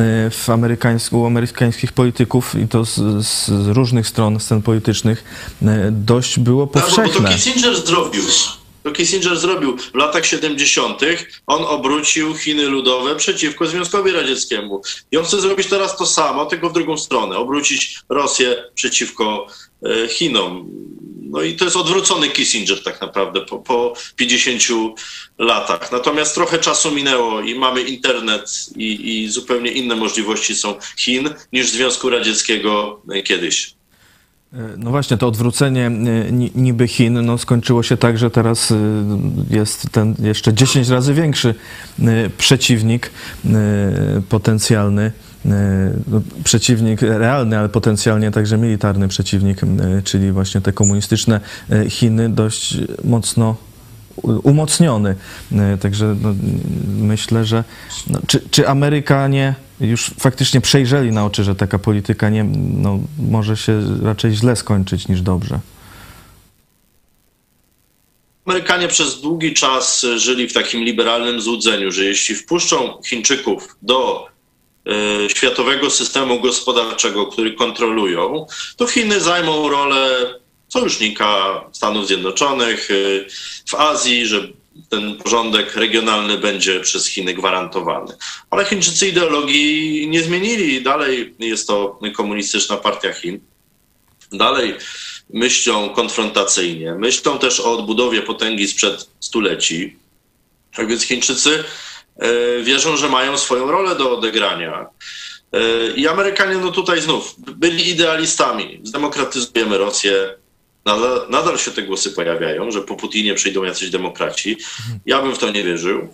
u amerykańskich polityków i to z różnych stron scen politycznych dość było powszechne. Tak, bo to Kissinger zrobił. W latach 70. on obrócił Chiny Ludowe przeciwko Związkowi Radzieckiemu. I on chce zrobić teraz to samo, tylko w drugą stronę. Obrócić Rosję przeciwko Chinom. No i to jest odwrócony Kissinger tak naprawdę po 50 latach. Natomiast trochę czasu minęło i mamy internet i zupełnie inne możliwości są Chin niż Związku Radzieckiego kiedyś. No właśnie, to odwrócenie niby Chin no skończyło się tak, że teraz jest ten jeszcze 10 razy większy przeciwnik potencjalny, przeciwnik realny, ale potencjalnie także militarny przeciwnik, czyli właśnie te komunistyczne Chiny, dość mocno umocniony. Także no, myślę, że czy Amerykanie już faktycznie przejrzeli na oczy, że taka polityka może się raczej źle skończyć niż dobrze? Amerykanie przez długi czas żyli w takim liberalnym złudzeniu, że jeśli wpuszczą Chińczyków do światowego systemu gospodarczego, który kontrolują, to Chiny zajmą rolę sojusznika Stanów Zjednoczonych w Azji, że ten porządek regionalny będzie przez Chiny gwarantowany. Ale Chińczycy ideologii nie zmienili. Dalej jest to komunistyczna partia Chin. Dalej myślą konfrontacyjnie. Myślą też o odbudowie potęgi sprzed stuleci. Tak więc Chińczycy wierzą, że mają swoją rolę do odegrania. I Amerykanie no tutaj znów byli idealistami. Zdemokratyzujemy Rosję. Nadal się te głosy pojawiają, że po Putinie przyjdą jacyś demokraci. Ja bym w to nie wierzył.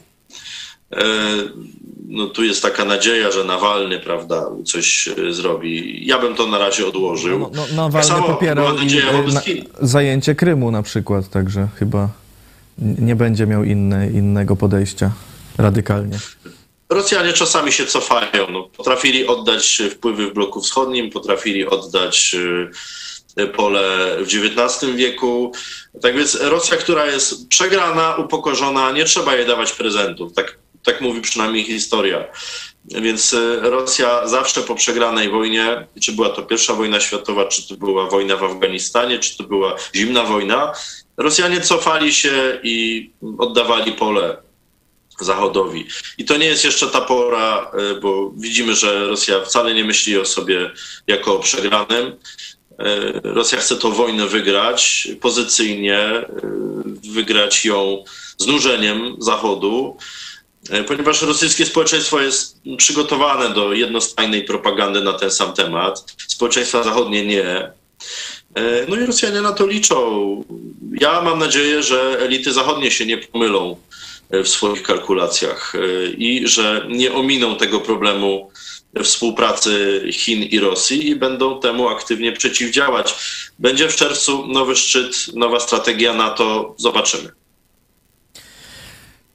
No tu jest taka nadzieja, że Nawalny, prawda, coś zrobi. Ja bym to na razie odłożył. Nawalny popierał zajęcie Krymu na przykład, także chyba nie będzie miał innego podejścia radykalnie. Rosjanie czasami się cofają. No, potrafili oddać wpływy w bloku wschodnim, potrafili oddać pole w XIX wieku. Tak więc Rosja, która jest przegrana, upokorzona, nie trzeba jej dawać prezentów. Tak mówi przynajmniej historia. Więc Rosja zawsze po przegranej wojnie, czy była to I wojna światowa, czy to była wojna w Afganistanie, czy to była zimna wojna, Rosjanie cofali się i oddawali pole Zachodowi. I to nie jest jeszcze ta pora, bo widzimy, że Rosja wcale nie myśli o sobie jako o przegranym. Rosja chce tę wojnę wygrać pozycyjnie, wygrać ją znużeniem Zachodu, ponieważ rosyjskie społeczeństwo jest przygotowane do jednostajnej propagandy na ten sam temat. Społeczeństwa zachodnie nie. No i Rosjanie na to liczą. Ja mam nadzieję, że elity zachodnie się nie pomylą w swoich kalkulacjach i że nie ominą tego problemu współpracy Chin i Rosji i będą temu aktywnie przeciwdziałać. Będzie w czerwcu nowy szczyt, nowa strategia NATO. Zobaczymy.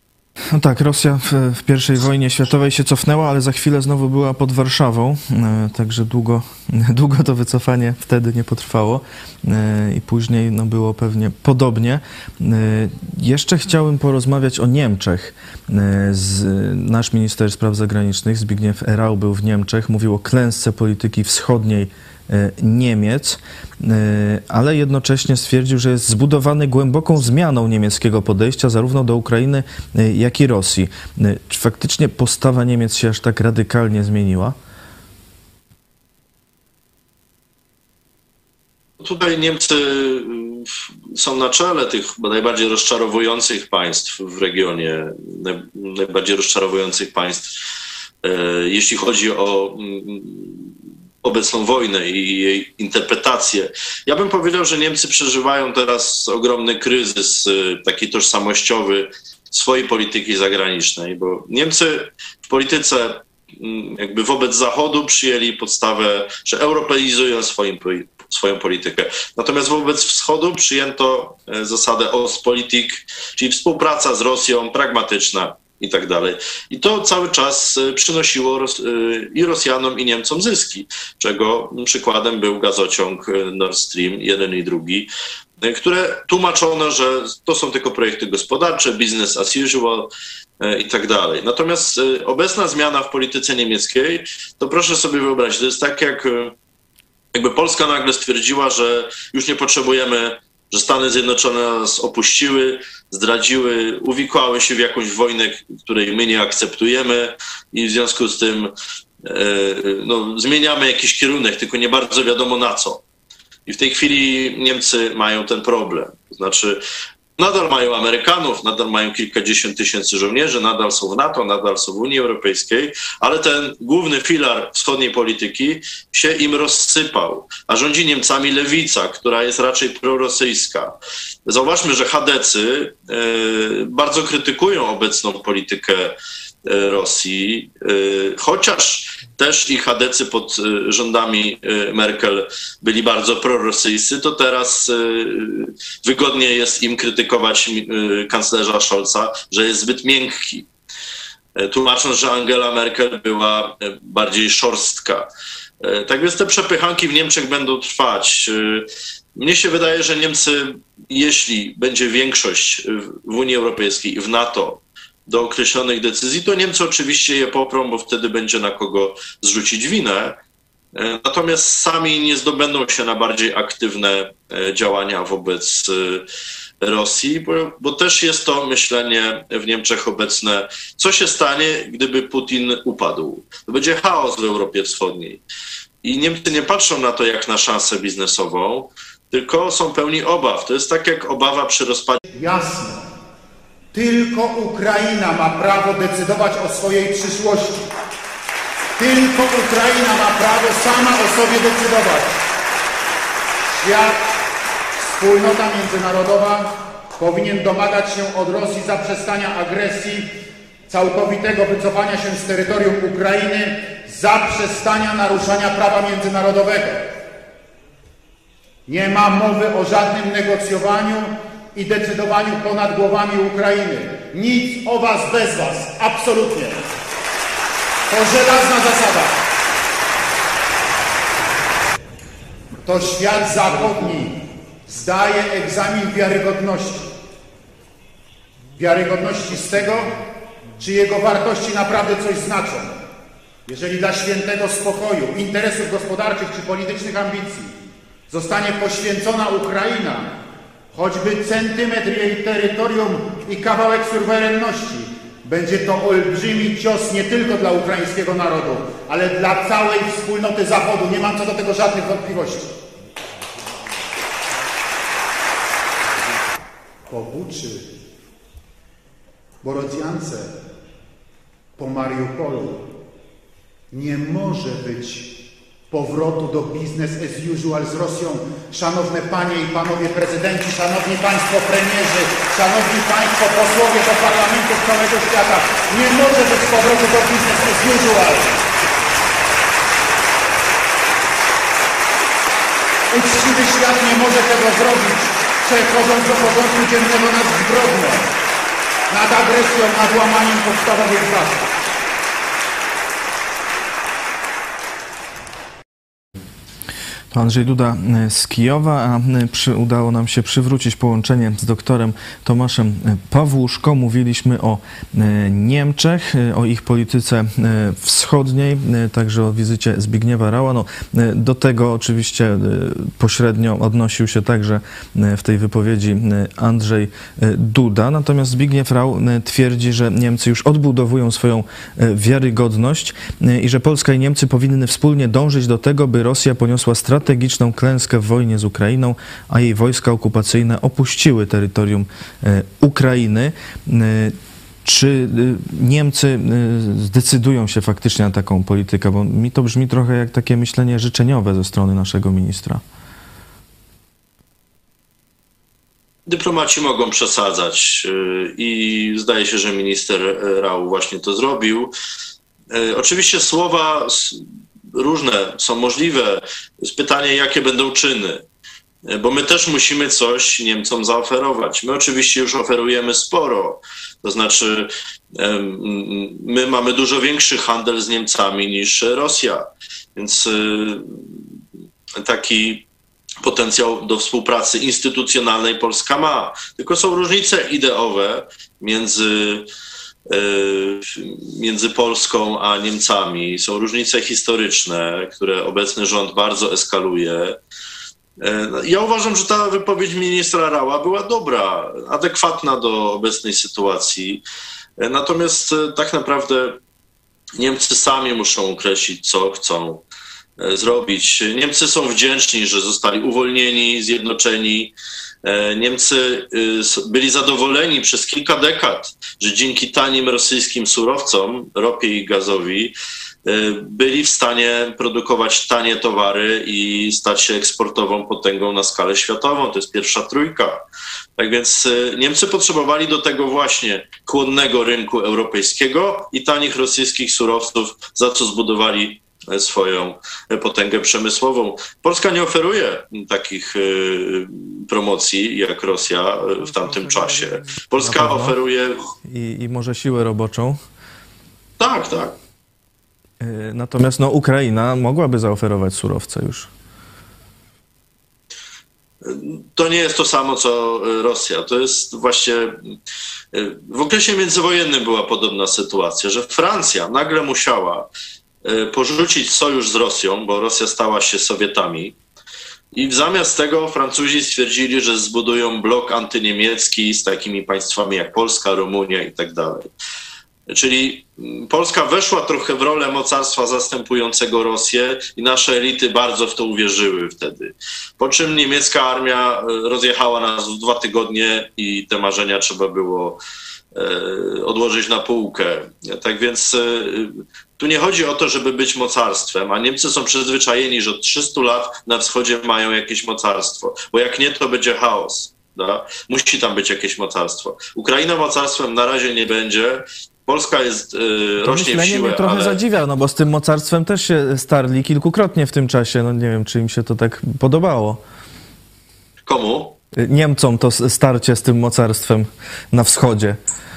No tak, Rosja w I wojnie światowej się cofnęła, ale za chwilę znowu była pod Warszawą, także długo to wycofanie wtedy nie potrwało i później no, było pewnie podobnie. Jeszcze chciałem porozmawiać o Niemczech. Nasz minister spraw zagranicznych Zbigniew Rau był w Niemczech, mówił o klęsce polityki wschodniej Niemiec, ale jednocześnie stwierdził, że jest zbudowany głęboką zmianą niemieckiego podejścia zarówno do Ukrainy, jak i Rosji. Czy faktycznie postawa Niemiec się aż tak radykalnie zmieniła? Tutaj Niemcy są na czele tych najbardziej rozczarowujących państw w regionie, najbardziej rozczarowujących państw, jeśli chodzi o obecną wojnę i jej interpretację. Ja bym powiedział, że Niemcy przeżywają teraz ogromny kryzys taki tożsamościowy swojej polityki zagranicznej, bo Niemcy w polityce jakby wobec Zachodu przyjęli podstawę, że europeizują swoją politykę. Natomiast wobec Wschodu przyjęto zasadę Ostpolitik, czyli współpraca z Rosją, pragmatyczna i tak dalej. I to cały czas przynosiło i Rosjanom, i Niemcom zyski, czego przykładem był gazociąg Nord Stream 1 i 2, które tłumaczono, że to są tylko projekty gospodarcze, business as usual i tak dalej. Natomiast obecna zmiana w polityce niemieckiej, to proszę sobie wyobrazić, to jest tak jakby Polska nagle stwierdziła, że już nie potrzebujemy, że Stany Zjednoczone nas opuściły, zdradziły, uwikłały się w jakąś wojnę, której my nie akceptujemy i w związku z tym no, zmieniamy jakiś kierunek, tylko nie bardzo wiadomo na co. I w tej chwili Niemcy mają ten problem. To znaczy nadal mają Amerykanów, nadal mają kilkadziesiąt tysięcy żołnierzy, nadal są w NATO, nadal są w Unii Europejskiej, ale ten główny filar wschodniej polityki się im rozsypał, a rządzi Niemcami lewica, która jest raczej prorosyjska. Zauważmy, że chadecy bardzo krytykują obecną politykę Rosji, chociaż też i chadecy pod rządami Merkel byli bardzo prorosyjscy, to teraz wygodnie jest im krytykować kanclerza Scholza, że jest zbyt miękki, tłumacząc, że Angela Merkel była bardziej szorstka. Tak więc te przepychanki w Niemczech będą trwać. Mnie się wydaje, że Niemcy, jeśli będzie większość w Unii Europejskiej i w NATO do określonych decyzji, to Niemcy oczywiście je poprą, bo wtedy będzie na kogo zrzucić winę. Natomiast sami nie zdobędą się na bardziej aktywne działania wobec Rosji, bo też jest to myślenie w Niemczech obecne, co się stanie, gdyby Putin upadł. To będzie chaos w Europie Wschodniej. I Niemcy nie patrzą na to jak na szansę biznesową, tylko są pełni obaw. To jest tak jak obawa przy rozpadzie. Jasne. Tylko Ukraina ma prawo decydować o swojej przyszłości. Tylko Ukraina ma prawo sama o sobie decydować. Świat, wspólnota międzynarodowa powinien domagać się od Rosji zaprzestania agresji, całkowitego wycofania się z terytorium Ukrainy, zaprzestania naruszania prawa międzynarodowego. Nie ma mowy o żadnym negocjowaniu i decydowaniu ponad głowami Ukrainy. Nic o was bez was. Absolutnie. To żelazna zasada. To świat zachodni zdaje egzamin wiarygodności. Wiarygodności z tego, czy jego wartości naprawdę coś znaczą. Jeżeli dla świętego spokoju, interesów gospodarczych czy politycznych ambicji zostanie poświęcona Ukraina, choćby centymetr jej terytorium i kawałek suwerenności, będzie to olbrzymi cios nie tylko dla ukraińskiego narodu, ale dla całej wspólnoty Zachodu. Nie mam co do tego żadnych wątpliwości. Po Buczy, Borodjance, po Mariupolu nie może być powrotu do business as usual z Rosją. Szanowne panie i panowie prezydenci, szanowni państwo premierzy, szanowni państwo posłowie do parlamentów całego świata, nie może być powrotu do business as usual. Uczciwy świat nie może tego zrobić, przechodząc do porządku dziennego nad zbrodnią. nad agresją, nad łamaniem podstawowych zasad. To Andrzej Duda z Kijowa, a udało nam się przywrócić połączenie z doktorem Tomaszem Pawłuszko. Mówiliśmy o Niemczech, o ich polityce wschodniej, także o wizycie Zbigniewa Raua. No, do tego oczywiście pośrednio odnosił się także w tej wypowiedzi Andrzej Duda. Natomiast Zbigniew Rau twierdzi, że Niemcy już odbudowują swoją wiarygodność i że Polska i Niemcy powinny wspólnie dążyć do tego, by Rosja poniosła strategiczną klęskę w wojnie z Ukrainą, a jej wojska okupacyjne opuściły terytorium Ukrainy. Czy Niemcy zdecydują się faktycznie na taką politykę? Bo mi to brzmi trochę jak takie myślenie życzeniowe ze strony naszego ministra. Dyplomaci mogą przesadzać i zdaje się, że minister Rau właśnie to zrobił. Oczywiście słowa różne są możliwe. Jest pytanie, jakie będą czyny, bo my też musimy coś Niemcom zaoferować. My oczywiście już oferujemy sporo, to znaczy my mamy dużo większy handel z Niemcami niż Rosja, więc taki potencjał do współpracy instytucjonalnej Polska ma. Tylko są różnice ideowe między Polską a Niemcami. Są różnice historyczne, które obecny rząd bardzo eskaluje. Ja uważam, że ta wypowiedź ministra Raua była dobra, adekwatna do obecnej sytuacji. Natomiast tak naprawdę Niemcy sami muszą określić, co chcą zrobić. Niemcy są wdzięczni, że zostali uwolnieni, zjednoczeni. Niemcy byli zadowoleni przez kilka dekad, że dzięki tanim rosyjskim surowcom, ropie i gazowi, byli w stanie produkować tanie towary i stać się eksportową potęgą na skalę światową. To jest pierwsza trójka. Tak więc Niemcy potrzebowali do tego właśnie chłodnego rynku europejskiego i tanich rosyjskich surowców, za co zbudowali swoją potęgę przemysłową. Polska nie oferuje takich promocji jak Rosja w tamtym czasie. Polska oferuje... I może siłę roboczą. Tak, tak. Natomiast no, Ukraina mogłaby zaoferować surowce już. To nie jest to samo, co Rosja. To jest właśnie... W okresie międzywojennym była podobna sytuacja, że Francja nagle musiała porzucić sojusz z Rosją, bo Rosja stała się Sowietami. I zamiast tego Francuzi stwierdzili, że zbudują blok antyniemiecki z takimi państwami jak Polska, Rumunia i tak dalej. Czyli Polska weszła trochę w rolę mocarstwa zastępującego Rosję i nasze elity bardzo w to uwierzyły wtedy. Po czym niemiecka armia rozjechała nas w 2 tygodnie i te marzenia trzeba było odłożyć na półkę. Tak więc tu nie chodzi o to, żeby być mocarstwem, a Niemcy są przyzwyczajeni, że od 300 lat na wschodzie mają jakieś mocarstwo, bo jak nie, to będzie chaos. Da? Musi tam być jakieś mocarstwo. Ukraina mocarstwem na razie nie będzie. Polska jest, rośnie w siłę, mnie trochę zadziwia, no bo z tym mocarstwem też się starli kilkukrotnie w tym czasie. No nie wiem, czy im się to tak podobało. Komu? Niemcom to starcie z tym mocarstwem na wschodzie.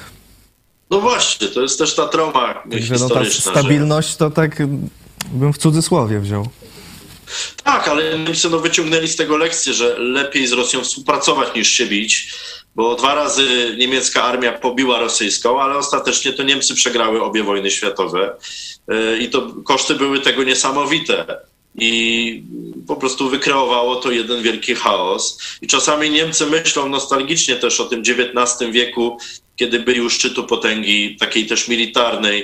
No właśnie, to jest też ta trauma historyczna. No ta stabilność to tak bym w cudzysłowie wziął. Tak, ale Niemcy wyciągnęli z tego lekcję, że lepiej z Rosją współpracować niż się bić, bo 2 razy niemiecka armia pobiła rosyjską, ale ostatecznie to Niemcy przegrały obie wojny światowe i to koszty były tego niesamowite. I po prostu wykreowało to jeden wielki chaos. I czasami Niemcy myślą nostalgicznie też o tym XIX wieku, kiedy byli u szczytu potęgi takiej też militarnej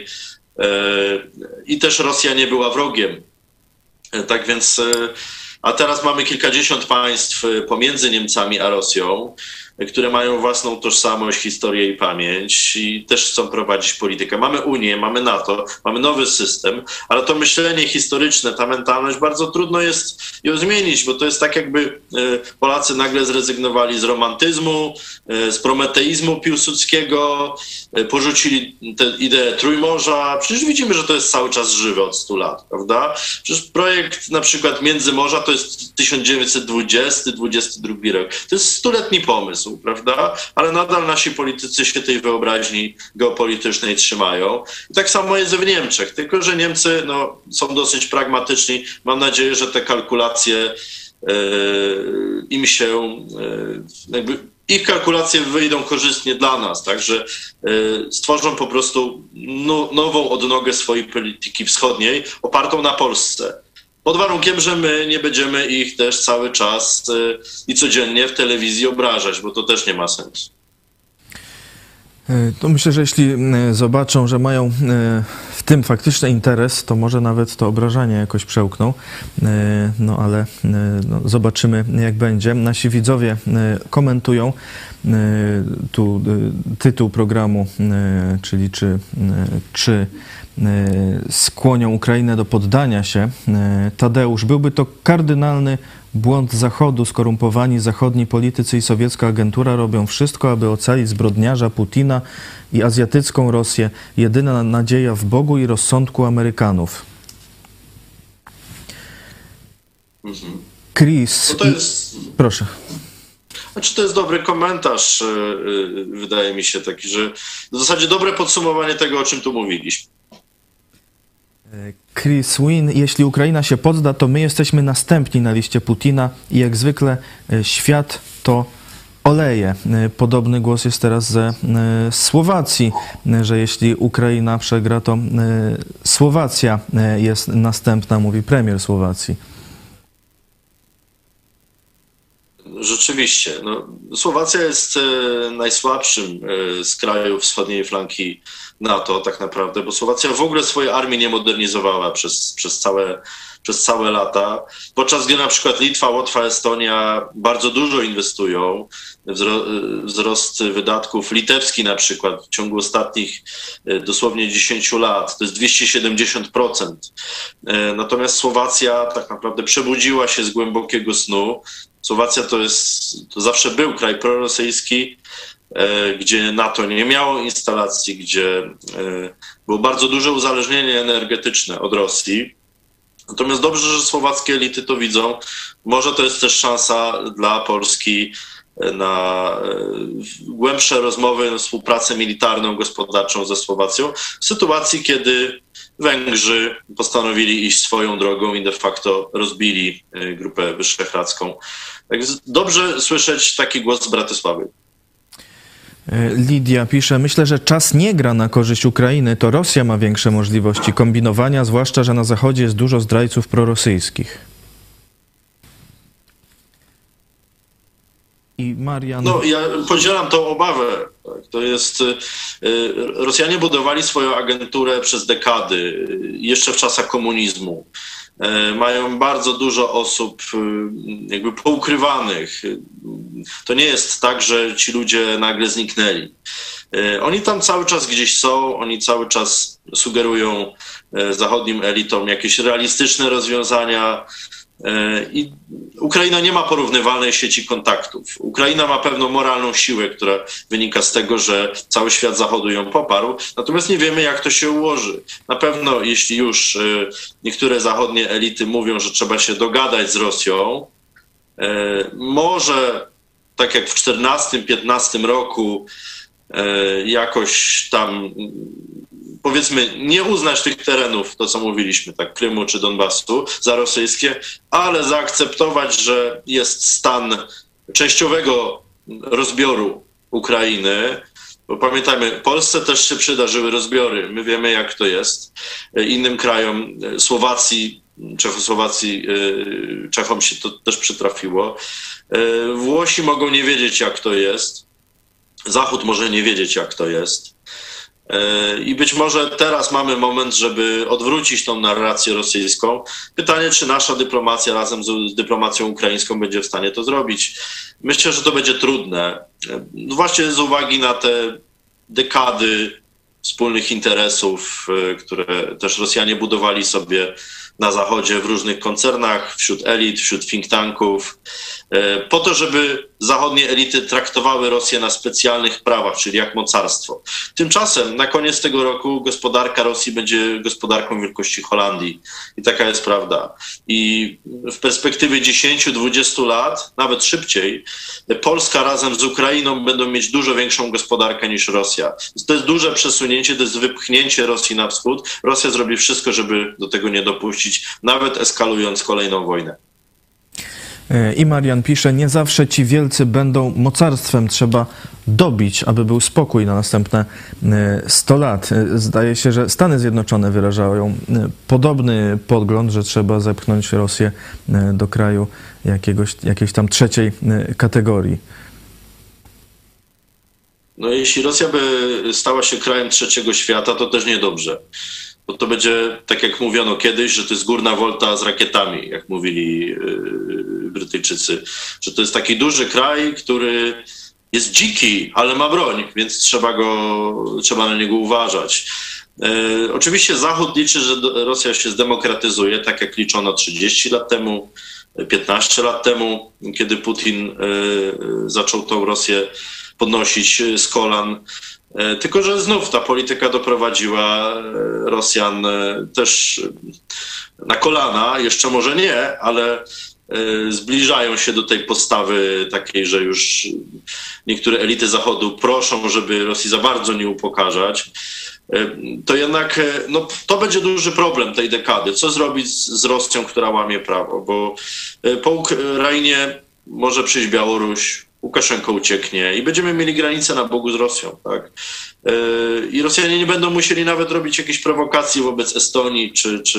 i też Rosja nie była wrogiem. Tak więc, a teraz mamy kilkadziesiąt państw pomiędzy Niemcami a Rosją, które mają własną tożsamość, historię i pamięć i też chcą prowadzić politykę. Mamy Unię, mamy NATO, mamy nowy system, ale to myślenie historyczne, ta mentalność, bardzo trudno jest ją zmienić, bo to jest tak, jakby Polacy nagle zrezygnowali z romantyzmu, z prometeizmu piłsudskiego, porzucili tę ideę Trójmorza. Przecież widzimy, że to jest cały czas żywe od 100 lat, prawda? Przecież projekt na przykład Międzymorza to jest 1920-22 rok. To jest 100-letni pomysł, prawda? Ale nadal nasi politycy się tej wyobraźni geopolitycznej trzymają. I tak samo jest w Niemczech, tylko że Niemcy są dosyć pragmatyczni. Mam nadzieję, że te kalkulacje im się ich kalkulacje wyjdą korzystnie dla nas, tak, że stworzą po prostu nową odnogę swojej polityki wschodniej opartą na Polsce. Pod warunkiem, że my nie będziemy ich też cały czas i codziennie w telewizji obrażać, bo to też nie ma sensu. To myślę, że jeśli zobaczą, że mają w tym faktyczny interes, to może nawet to obrażanie jakoś przełkną, ale zobaczymy, jak będzie. Nasi widzowie komentują tu tytuł programu, czyli czy skłonią Ukrainę do poddania się. Tadeusz, byłby to kardynalny błąd Zachodu. Skorumpowani zachodni politycy i sowiecka agentura robią wszystko, aby ocalić zbrodniarza Putina i azjatycką Rosję. Jedyna nadzieja w Bogu i rozsądku Amerykanów. Chris, proszę. Znaczy, to jest dobry komentarz, wydaje mi się taki, że w zasadzie dobre podsumowanie tego, o czym tu mówiliśmy. Chris Wynn, jeśli Ukraina się podda, to my jesteśmy następni na liście Putina i jak zwykle świat to oleje. Podobny głos jest teraz ze Słowacji, że jeśli Ukraina przegra, to Słowacja jest następna, mówi premier Słowacji. Rzeczywiście. Słowacja jest najsłabszym z krajów wschodniej flanki NATO tak naprawdę, bo Słowacja w ogóle swojej armii nie modernizowała przez całe lata, podczas gdy na przykład Litwa, Łotwa, Estonia bardzo dużo inwestują. Wzrost wydatków litewski na przykład w ciągu ostatnich dosłownie 10 lat to jest 270%. Natomiast Słowacja tak naprawdę przebudziła się z głębokiego snu. Słowacja to zawsze był kraj prorosyjski, gdzie NATO nie miało instalacji, gdzie było bardzo duże uzależnienie energetyczne od Rosji. Natomiast dobrze, że słowackie elity to widzą. Może to jest też szansa dla Polski na głębsze rozmowy, na współpracę militarną, gospodarczą ze Słowacją w sytuacji, kiedy Węgrzy postanowili iść swoją drogą i de facto rozbili Grupę Wyszehradzką. Tak więc dobrze słyszeć taki głos z Bratysławy. Lidia pisze, myślę, że czas nie gra na korzyść Ukrainy, to Rosja ma większe możliwości kombinowania, zwłaszcza, że na Zachodzie jest dużo zdrajców prorosyjskich. I Marian... Ja podzielam tą obawę. To jest... Rosjanie budowali swoją agenturę przez dekady, jeszcze w czasach komunizmu. Mają bardzo dużo osób jakby poukrywanych. To nie jest tak, że ci ludzie nagle zniknęli. Oni tam cały czas gdzieś są, oni cały czas sugerują zachodnim elitom jakieś realistyczne rozwiązania. I Ukraina nie ma porównywalnej sieci kontaktów. Ukraina ma pewną moralną siłę, która wynika z tego, że cały świat Zachodu ją poparł, natomiast nie wiemy, jak to się ułoży. Na pewno, jeśli już niektóre zachodnie elity mówią, że trzeba się dogadać z Rosją, może tak jak w 2014-2015 roku jakoś tam, powiedzmy, nie uznać tych terenów, to co mówiliśmy, tak, Krymu czy Donbasu za rosyjskie, ale zaakceptować, że jest stan częściowego rozbioru Ukrainy. Bo pamiętajmy, Polsce też się przydarzyły rozbiory. My wiemy, jak to jest. Innym krajom, Słowacji, Czechosłowacji, Czechom się to też przytrafiło. Włosi mogą nie wiedzieć, jak to jest. Zachód może nie wiedzieć, jak to jest. I być może teraz mamy moment, żeby odwrócić tą narrację rosyjską. Pytanie, czy nasza dyplomacja razem z dyplomacją ukraińską będzie w stanie to zrobić. Myślę, że to będzie trudne. Właśnie z uwagi na te dekady wspólnych interesów, które też Rosjanie budowali sobie na Zachodzie, w różnych koncernach, wśród elit, wśród think tanków, po to, żeby zachodnie elity traktowały Rosję na specjalnych prawach, czyli jak mocarstwo. Tymczasem na koniec tego roku gospodarka Rosji będzie gospodarką wielkości Holandii. I taka jest prawda. I w perspektywie 10-20 lat, nawet szybciej, Polska razem z Ukrainą będą mieć dużo większą gospodarkę niż Rosja. To jest duże przesunięcie, to jest wypchnięcie Rosji na wschód. Rosja zrobi wszystko, żeby do tego nie dopuścić, nawet eskalując kolejną wojnę. I Marian pisze, nie zawsze ci wielcy będą mocarstwem, trzeba dobić, aby był spokój na następne 100 lat. Zdaje się, że Stany Zjednoczone wyrażają podobny pogląd, że trzeba zepchnąć Rosję do kraju jakiejś tam trzeciej kategorii. No jeśli Rosja by stała się krajem trzeciego świata, to też niedobrze. Bo to będzie, tak jak mówiono kiedyś, że to jest górna wolta z rakietami, jak mówili Brytyjczycy. Że to jest taki duży kraj, który jest dziki, ale ma broń, więc trzeba na niego uważać. Oczywiście Zachód liczy, że Rosja się zdemokratyzuje, tak jak liczono 30 lat temu, 15 lat temu, kiedy Putin zaczął tą Rosję podnosić z kolan. Tylko że znów ta polityka doprowadziła Rosjan też na kolana, jeszcze może nie, ale zbliżają się do tej postawy takiej, że już niektóre elity Zachodu proszą, żeby Rosji za bardzo nie upokarzać. To jednak to będzie duży problem tej dekady. Co zrobić z Rosją, która łamie prawo? Bo po Ukrainie może przyjść Białoruś, Łukaszenko ucieknie i będziemy mieli granicę na bogu z Rosją, tak? I Rosjanie nie będą musieli nawet robić jakiejś prowokacji wobec Estonii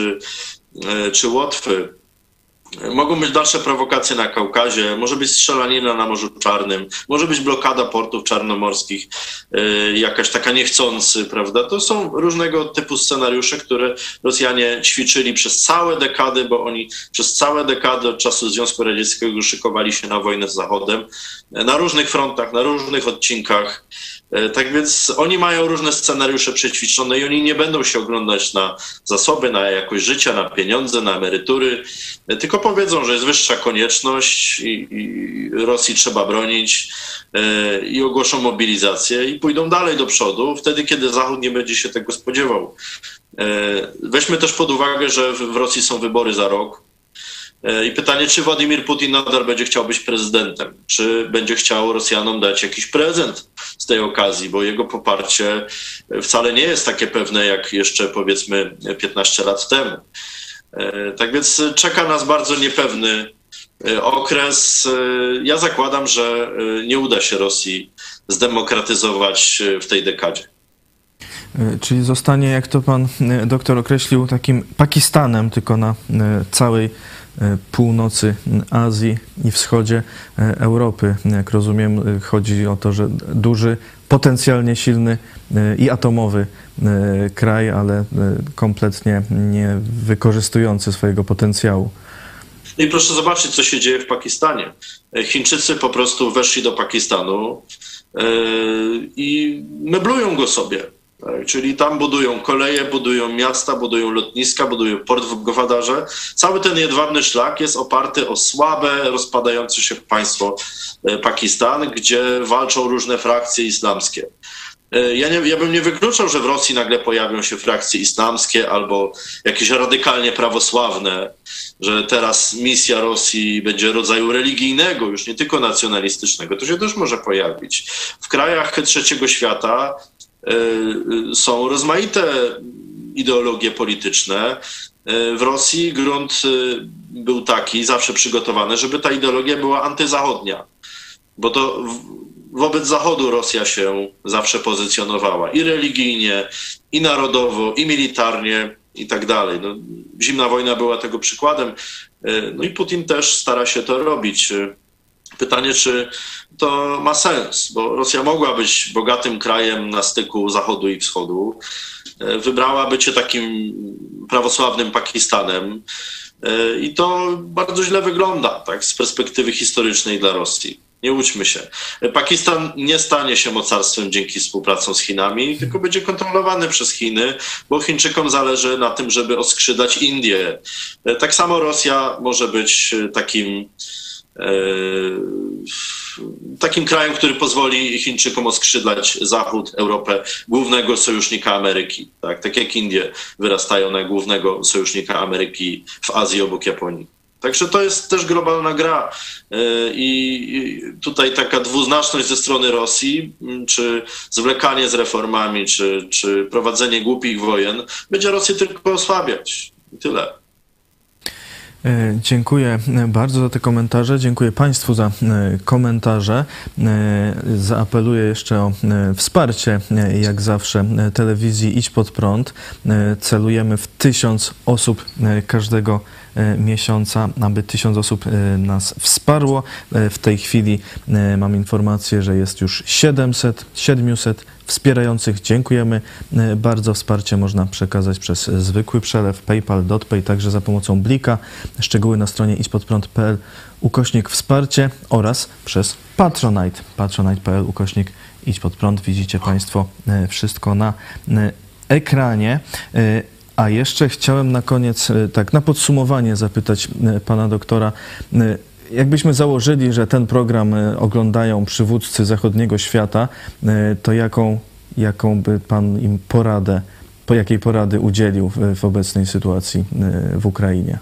czy Łotwy. Mogą być dalsze prowokacje na Kaukazie, może być strzelanina na Morzu Czarnym, może być blokada portów czarnomorskich, jakaś taka niechcący, prawda? To są różnego typu scenariusze, które Rosjanie ćwiczyli przez całe dekady, bo oni przez całe dekady od czasu Związku Radzieckiego szykowali się na wojnę z Zachodem, na różnych frontach, na różnych odcinkach. Tak więc oni mają różne scenariusze przećwiczone i oni nie będą się oglądać na zasoby, na jakość życia, na pieniądze, na emerytury, tylko powiedzą, że jest wyższa konieczność i Rosji trzeba bronić i ogłoszą mobilizację i pójdą dalej do przodu, wtedy kiedy Zachód nie będzie się tego spodziewał. Weźmy też pod uwagę, że w Rosji są wybory za rok. I pytanie, czy Władimir Putin nadal będzie chciał być prezydentem? Czy będzie chciał Rosjanom dać jakiś prezent z tej okazji? Bo jego poparcie wcale nie jest takie pewne, jak jeszcze powiedzmy 15 lat temu. Tak więc czeka nas bardzo niepewny okres. Ja zakładam, że nie uda się Rosji zdemokratyzować w tej dekadzie. Czyli zostanie, jak to pan doktor określił, takim Pakistanem, tylko na całej północy Azji i wschodzie Europy. Jak rozumiem, chodzi o to, że duży, potencjalnie silny i atomowy kraj, ale kompletnie nie wykorzystujący swojego potencjału. No i proszę zobaczyć, co się dzieje w Pakistanie. Chińczycy po prostu weszli do Pakistanu i meblują go sobie. Tak, czyli tam budują koleje, budują miasta, budują lotniska, budują port w Gwadarze. Cały ten jedwabny szlak jest oparty o słabe, rozpadające się państwo Pakistan, gdzie walczą różne frakcje islamskie. Ja bym nie wykluczał, że w Rosji nagle pojawią się frakcje islamskie albo jakieś radykalnie prawosławne, że teraz misja Rosji będzie rodzaju religijnego, już nie tylko nacjonalistycznego. To się też może pojawić. W krajach trzeciego świata są rozmaite ideologie polityczne. W Rosji grunt był taki, zawsze przygotowany, żeby ta ideologia była antyzachodnia, bo to wobec Zachodu Rosja się zawsze pozycjonowała i religijnie, i narodowo, i militarnie, i tak dalej. No, zimna wojna była tego przykładem. No i Putin też stara się to robić. Pytanie, czy to ma sens, bo Rosja mogła być bogatym krajem na styku Zachodu i Wschodu. Wybrała bycie takim prawosławnym Pakistanem i to bardzo źle wygląda, tak, z perspektywy historycznej dla Rosji. Nie łudźmy się. Pakistan nie stanie się mocarstwem dzięki współpracom z Chinami, tylko będzie kontrolowany przez Chiny, bo Chińczykom zależy na tym, żeby oskrzydlać Indię. Tak samo Rosja może być takim krajem, który pozwoli Chińczykom oskrzydlać Zachód, Europę, głównego sojusznika Ameryki. Tak jak Indie wyrastają na głównego sojusznika Ameryki w Azji obok Japonii. Także to jest też globalna gra i tutaj taka dwuznaczność ze strony Rosji, czy zwlekanie z reformami, czy prowadzenie głupich wojen będzie Rosję tylko osłabiać. I tyle. Dziękuję bardzo za te komentarze. Dziękuję Państwu za komentarze. Zaapeluję jeszcze o wsparcie, jak zawsze, telewizji Idź Pod Prąd. Celujemy w 1000 osób każdego miesiąca, aby 1000 osób nas wsparło. W tej chwili mam informację, że jest już 700 wspierających. Dziękujemy bardzo. Wsparcie można przekazać przez zwykły przelew, PayPal, DotPay, także za pomocą Blika. Szczegóły na stronie idźpodprąd.pl/wsparcie oraz przez Patronite, patronite.pl/idź pod prąd. Widzicie Państwo wszystko na ekranie. A jeszcze chciałem na koniec, tak na podsumowanie zapytać pana doktora, jakbyśmy założyli, że ten program oglądają przywódcy zachodniego świata, to jaką by pan im jakiej porady udzielił w obecnej sytuacji w Ukrainie?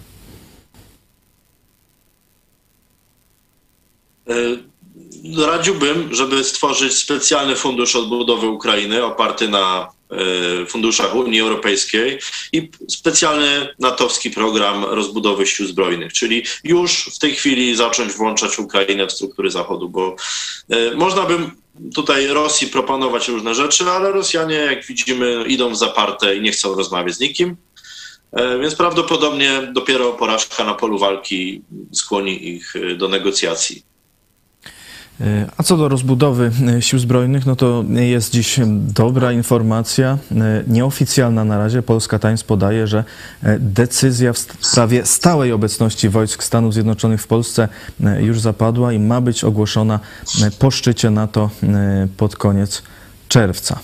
Radziłbym, żeby stworzyć specjalny fundusz odbudowy Ukrainy oparty na funduszach Unii Europejskiej i specjalny natowski program rozbudowy sił zbrojnych, czyli już w tej chwili zacząć włączać Ukrainę w struktury Zachodu, bo można by tutaj Rosji proponować różne rzeczy, ale Rosjanie, jak widzimy, idą w zaparte i nie chcą rozmawiać z nikim, więc prawdopodobnie dopiero porażka na polu walki skłoni ich do negocjacji. A co do rozbudowy sił zbrojnych, no to jest dziś dobra informacja, nieoficjalna na razie. Polska Times podaje, że decyzja w sprawie stałej obecności wojsk Stanów Zjednoczonych w Polsce już zapadła i ma być ogłoszona po szczycie NATO pod koniec czerwca.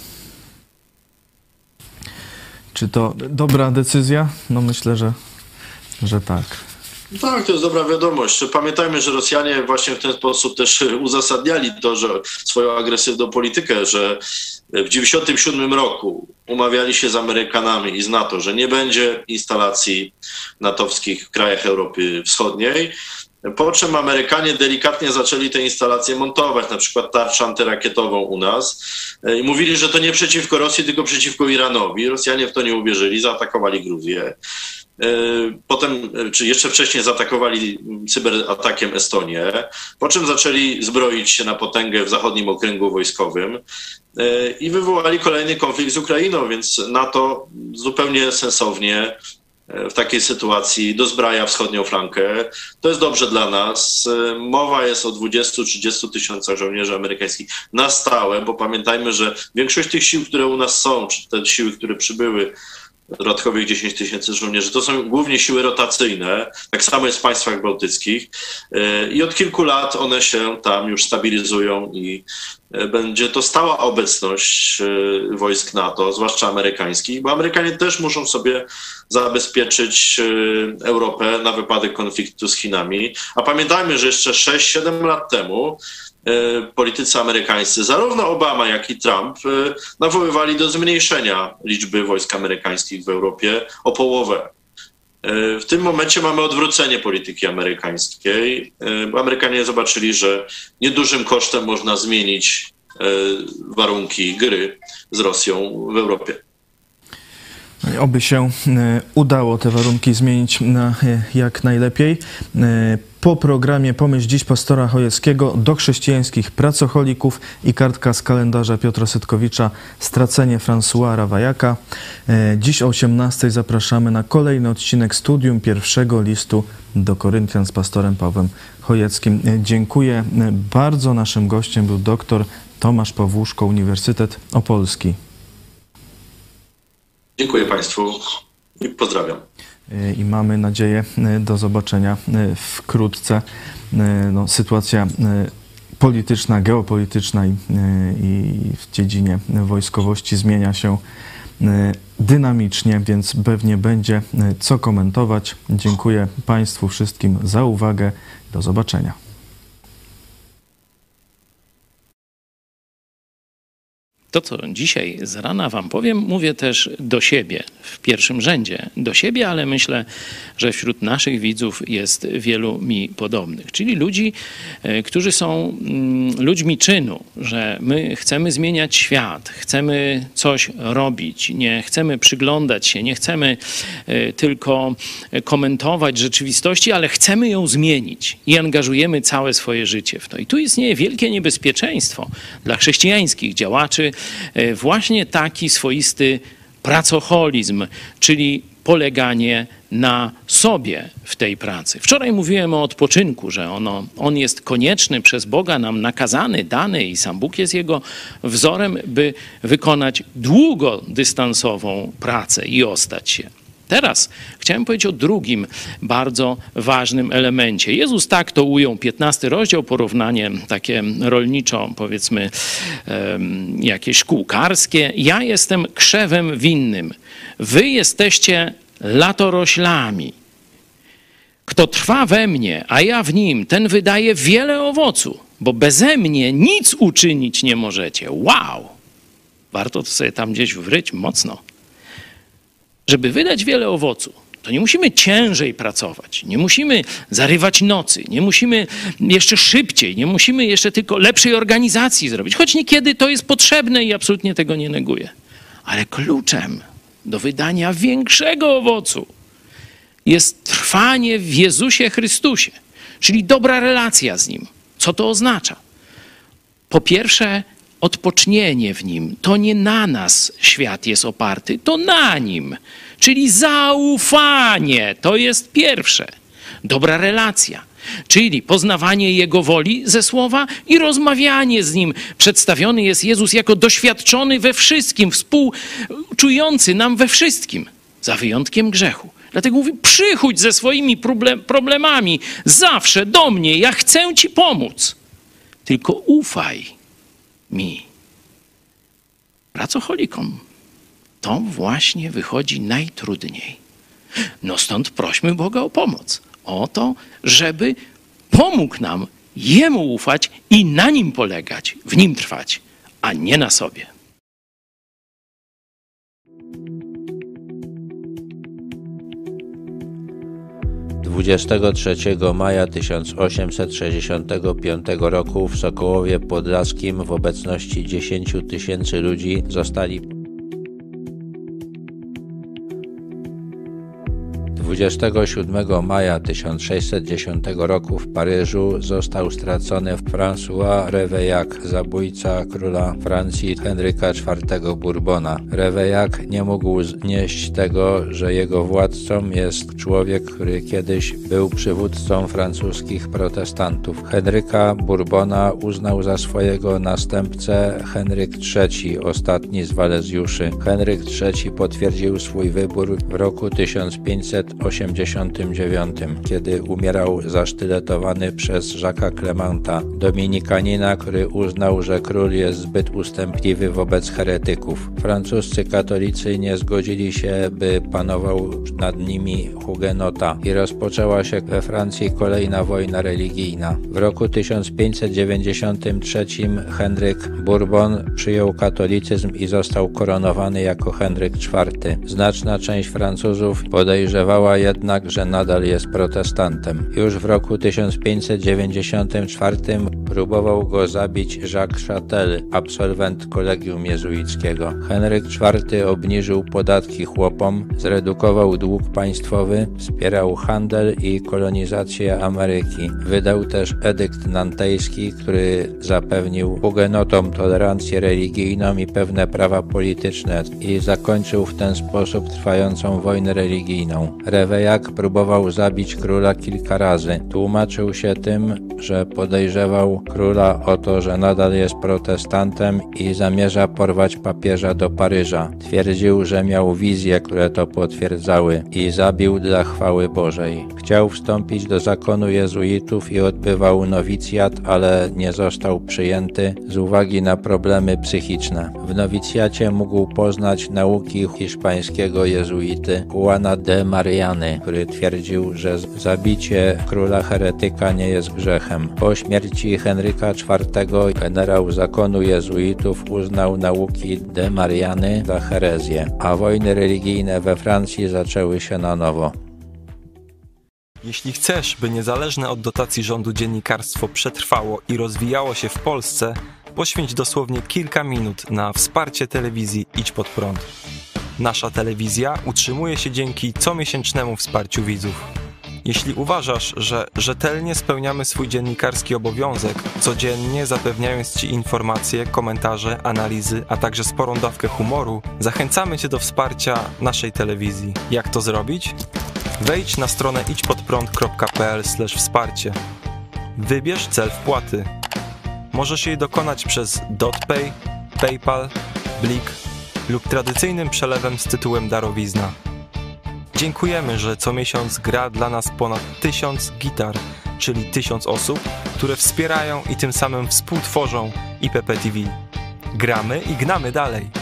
Czy to dobra decyzja? No myślę, że tak. Tak, to jest dobra wiadomość. Pamiętajmy, że Rosjanie właśnie w ten sposób też uzasadniali to, że swoją agresywną politykę, że w 1997 roku umawiali się z Amerykanami i z NATO, że nie będzie instalacji natowskich w krajach Europy Wschodniej, po czym Amerykanie delikatnie zaczęli te instalacje montować, na przykład tarczę antyrakietową u nas i mówili, że to nie przeciwko Rosji, tylko przeciwko Iranowi. Rosjanie w to nie uwierzyli, zaatakowali Gruzję. Potem, czy jeszcze wcześniej zaatakowali cyberatakiem Estonię, po czym zaczęli zbroić się na potęgę w zachodnim okręgu wojskowym i wywołali kolejny konflikt z Ukrainą, więc NATO zupełnie sensownie w takiej sytuacji dozbraja wschodnią flankę. To jest dobrze dla nas. Mowa jest o 20-30 tysiącach żołnierzy amerykańskich na stałe, bo pamiętajmy, że większość tych sił, które u nas są, czy te siły, które przybyły, dodatkowych 10 tysięcy żołnierzy, to są głównie siły rotacyjne, tak samo jest w państwach bałtyckich i od kilku lat one się tam już stabilizują i będzie to stała obecność wojsk NATO, zwłaszcza amerykańskich, bo Amerykanie też muszą sobie zabezpieczyć Europę na wypadek konfliktu z Chinami, a pamiętajmy, że jeszcze 6-7 lat temu politycy amerykańscy, zarówno Obama, jak i Trump, nawoływali do zmniejszenia liczby wojsk amerykańskich w Europie o połowę. W tym momencie mamy odwrócenie polityki amerykańskiej, bo Amerykanie zobaczyli, że niedużym kosztem można zmienić warunki gry z Rosją w Europie. Oby się udało te warunki zmienić na jak najlepiej. Po programie Pomyśl dziś pastora Chojeckiego do chrześcijańskich pracocholików i kartka z kalendarza Piotra Setkowicza Stracenie Françoisa Rawajaka. Dziś o 18:00 zapraszamy na kolejny odcinek studium pierwszego listu do Koryntian z pastorem Pawłem Chojeckim. Dziękuję bardzo. Naszym gościem był dr Tomasz Pawłuszko, Uniwersytet Opolski. Dziękuję Państwu i pozdrawiam. I mamy nadzieję do zobaczenia wkrótce. No, sytuacja polityczna, geopolityczna i w dziedzinie wojskowości zmienia się dynamicznie, więc pewnie będzie co komentować. Dziękuję Państwu wszystkim za uwagę. Do zobaczenia. To, co dzisiaj z rana wam powiem, mówię też do siebie, w pierwszym rzędzie do siebie, ale myślę, że wśród naszych widzów jest wielu mi podobnych. Czyli ludzi, którzy są ludźmi czynu, że my chcemy zmieniać świat, chcemy coś robić, nie chcemy przyglądać się, nie chcemy tylko komentować rzeczywistości, ale chcemy ją zmienić i angażujemy całe swoje życie w to. I tu istnieje wielkie niebezpieczeństwo dla chrześcijańskich działaczy, właśnie taki swoisty pracoholizm, czyli poleganie na sobie w tej pracy. Wczoraj mówiłem o odpoczynku, że on jest konieczny, przez Boga nam nakazany, dany i sam Bóg jest jego wzorem, by wykonać długodystansową pracę i ostać się. Teraz chciałem powiedzieć o drugim bardzo ważnym elemencie. Jezus tak to ujął, 15 rozdział, porównanie takie rolniczo, powiedzmy, jakieś szkółkarskie. Ja jestem krzewem winnym, wy jesteście latoroślami. Kto trwa we mnie, a ja w nim, ten wydaje wiele owocu, bo beze mnie nic uczynić nie możecie. Wow! Warto to sobie tam gdzieś wryć mocno. Żeby wydać wiele owocu, to nie musimy ciężej pracować, nie musimy zarywać nocy, nie musimy jeszcze szybciej, nie musimy jeszcze tylko lepszej organizacji zrobić, choć niekiedy to jest potrzebne i absolutnie tego nie neguję. Ale kluczem do wydania większego owocu jest trwanie w Jezusie Chrystusie, czyli dobra relacja z Nim. Co to oznacza? Po pierwsze, odpocznienie w Nim. To nie na nas świat jest oparty, to na Nim. Czyli zaufanie, to jest pierwsze. Dobra relacja, czyli poznawanie Jego woli ze słowa i rozmawianie z Nim. Przedstawiony jest Jezus jako doświadczony we wszystkim, współczujący nam we wszystkim, za wyjątkiem grzechu. Dlatego mówi, przychodź ze swoimi problemami zawsze do mnie, ja chcę Ci pomóc. Tylko ufaj mi. Pracocholikom to właśnie wychodzi najtrudniej. No stąd prośmy Boga o pomoc. O to, żeby pomógł nam Jemu ufać i na Nim polegać, w Nim trwać, a nie na sobie. Dwudziestego 3 maja 1865 roku w Sokołowie Podlaskim w obecności 10 000 ludzi zostali 27 maja 1610 roku w Paryżu został stracony François Ravaillac, zabójca króla Francji Henryka IV Bourbona. Ravaillac nie mógł znieść tego, że jego władcą jest człowiek, który kiedyś był przywódcą francuskich protestantów. Henryka Bourbona uznał za swojego następcę Henryk III, ostatni z Walezjuszy. Henryk III potwierdził swój wybór w roku 1589, kiedy umierał zasztyletowany przez Jacques'a Clementa, dominikanina, który uznał, że król jest zbyt ustępliwy wobec heretyków. Francuscy katolicy nie zgodzili się, by panował nad nimi hugenota i rozpoczęła się we Francji kolejna wojna religijna. W roku 1593 Henryk Bourbon przyjął katolicyzm i został koronowany jako Henryk IV. Znaczna część Francuzów podejrzewała jednak, że nadal jest protestantem. Już w roku 1594 próbował go zabić Jacques Chatel, absolwent kolegium jezuickiego. Henryk IV obniżył podatki chłopom, zredukował dług państwowy, wspierał handel i kolonizację Ameryki. Wydał też edykt nantejski, który zapewnił hugenotom tolerancję religijną i pewne prawa polityczne i zakończył w ten sposób trwającą wojnę religijną. Rewejak próbował zabić króla kilka razy. Tłumaczył się tym, że podejrzewał króla o to, że nadal jest protestantem i zamierza porwać papieża do Paryża. Twierdził, że miał wizje, które to potwierdzały i zabił dla chwały Bożej. Chciał wstąpić do zakonu jezuitów i odbywał nowicjat, ale nie został przyjęty z uwagi na problemy psychiczne. W nowicjacie mógł poznać nauki hiszpańskiego jezuity Juana de Mariany, który twierdził, że zabicie króla heretyka nie jest grzechem. Po śmierci Henryka IV generał zakonu jezuitów uznał nauki de Mariany za herezję, a wojny religijne we Francji zaczęły się na nowo. Jeśli chcesz, by niezależne od dotacji rządu dziennikarstwo przetrwało i rozwijało się w Polsce, poświęć dosłownie kilka minut na wsparcie telewizji Idź Pod Prąd. Nasza telewizja utrzymuje się dzięki comiesięcznemu wsparciu widzów. Jeśli uważasz, że rzetelnie spełniamy swój dziennikarski obowiązek, codziennie zapewniając Ci informacje, komentarze, analizy, a także sporą dawkę humoru, zachęcamy Cię do wsparcia naszej telewizji. Jak to zrobić? Wejdź na stronę idźpodprąd.pl/wsparcie. Wybierz cel wpłaty. Możesz jej dokonać przez DotPay, PayPal, Blik lub tradycyjnym przelewem z tytułem darowizna. Dziękujemy, że co miesiąc gra dla nas ponad 1000 gitar, czyli 1000 osób, które wspierają i tym samym współtworzą IPP TV. Gramy i gnamy dalej.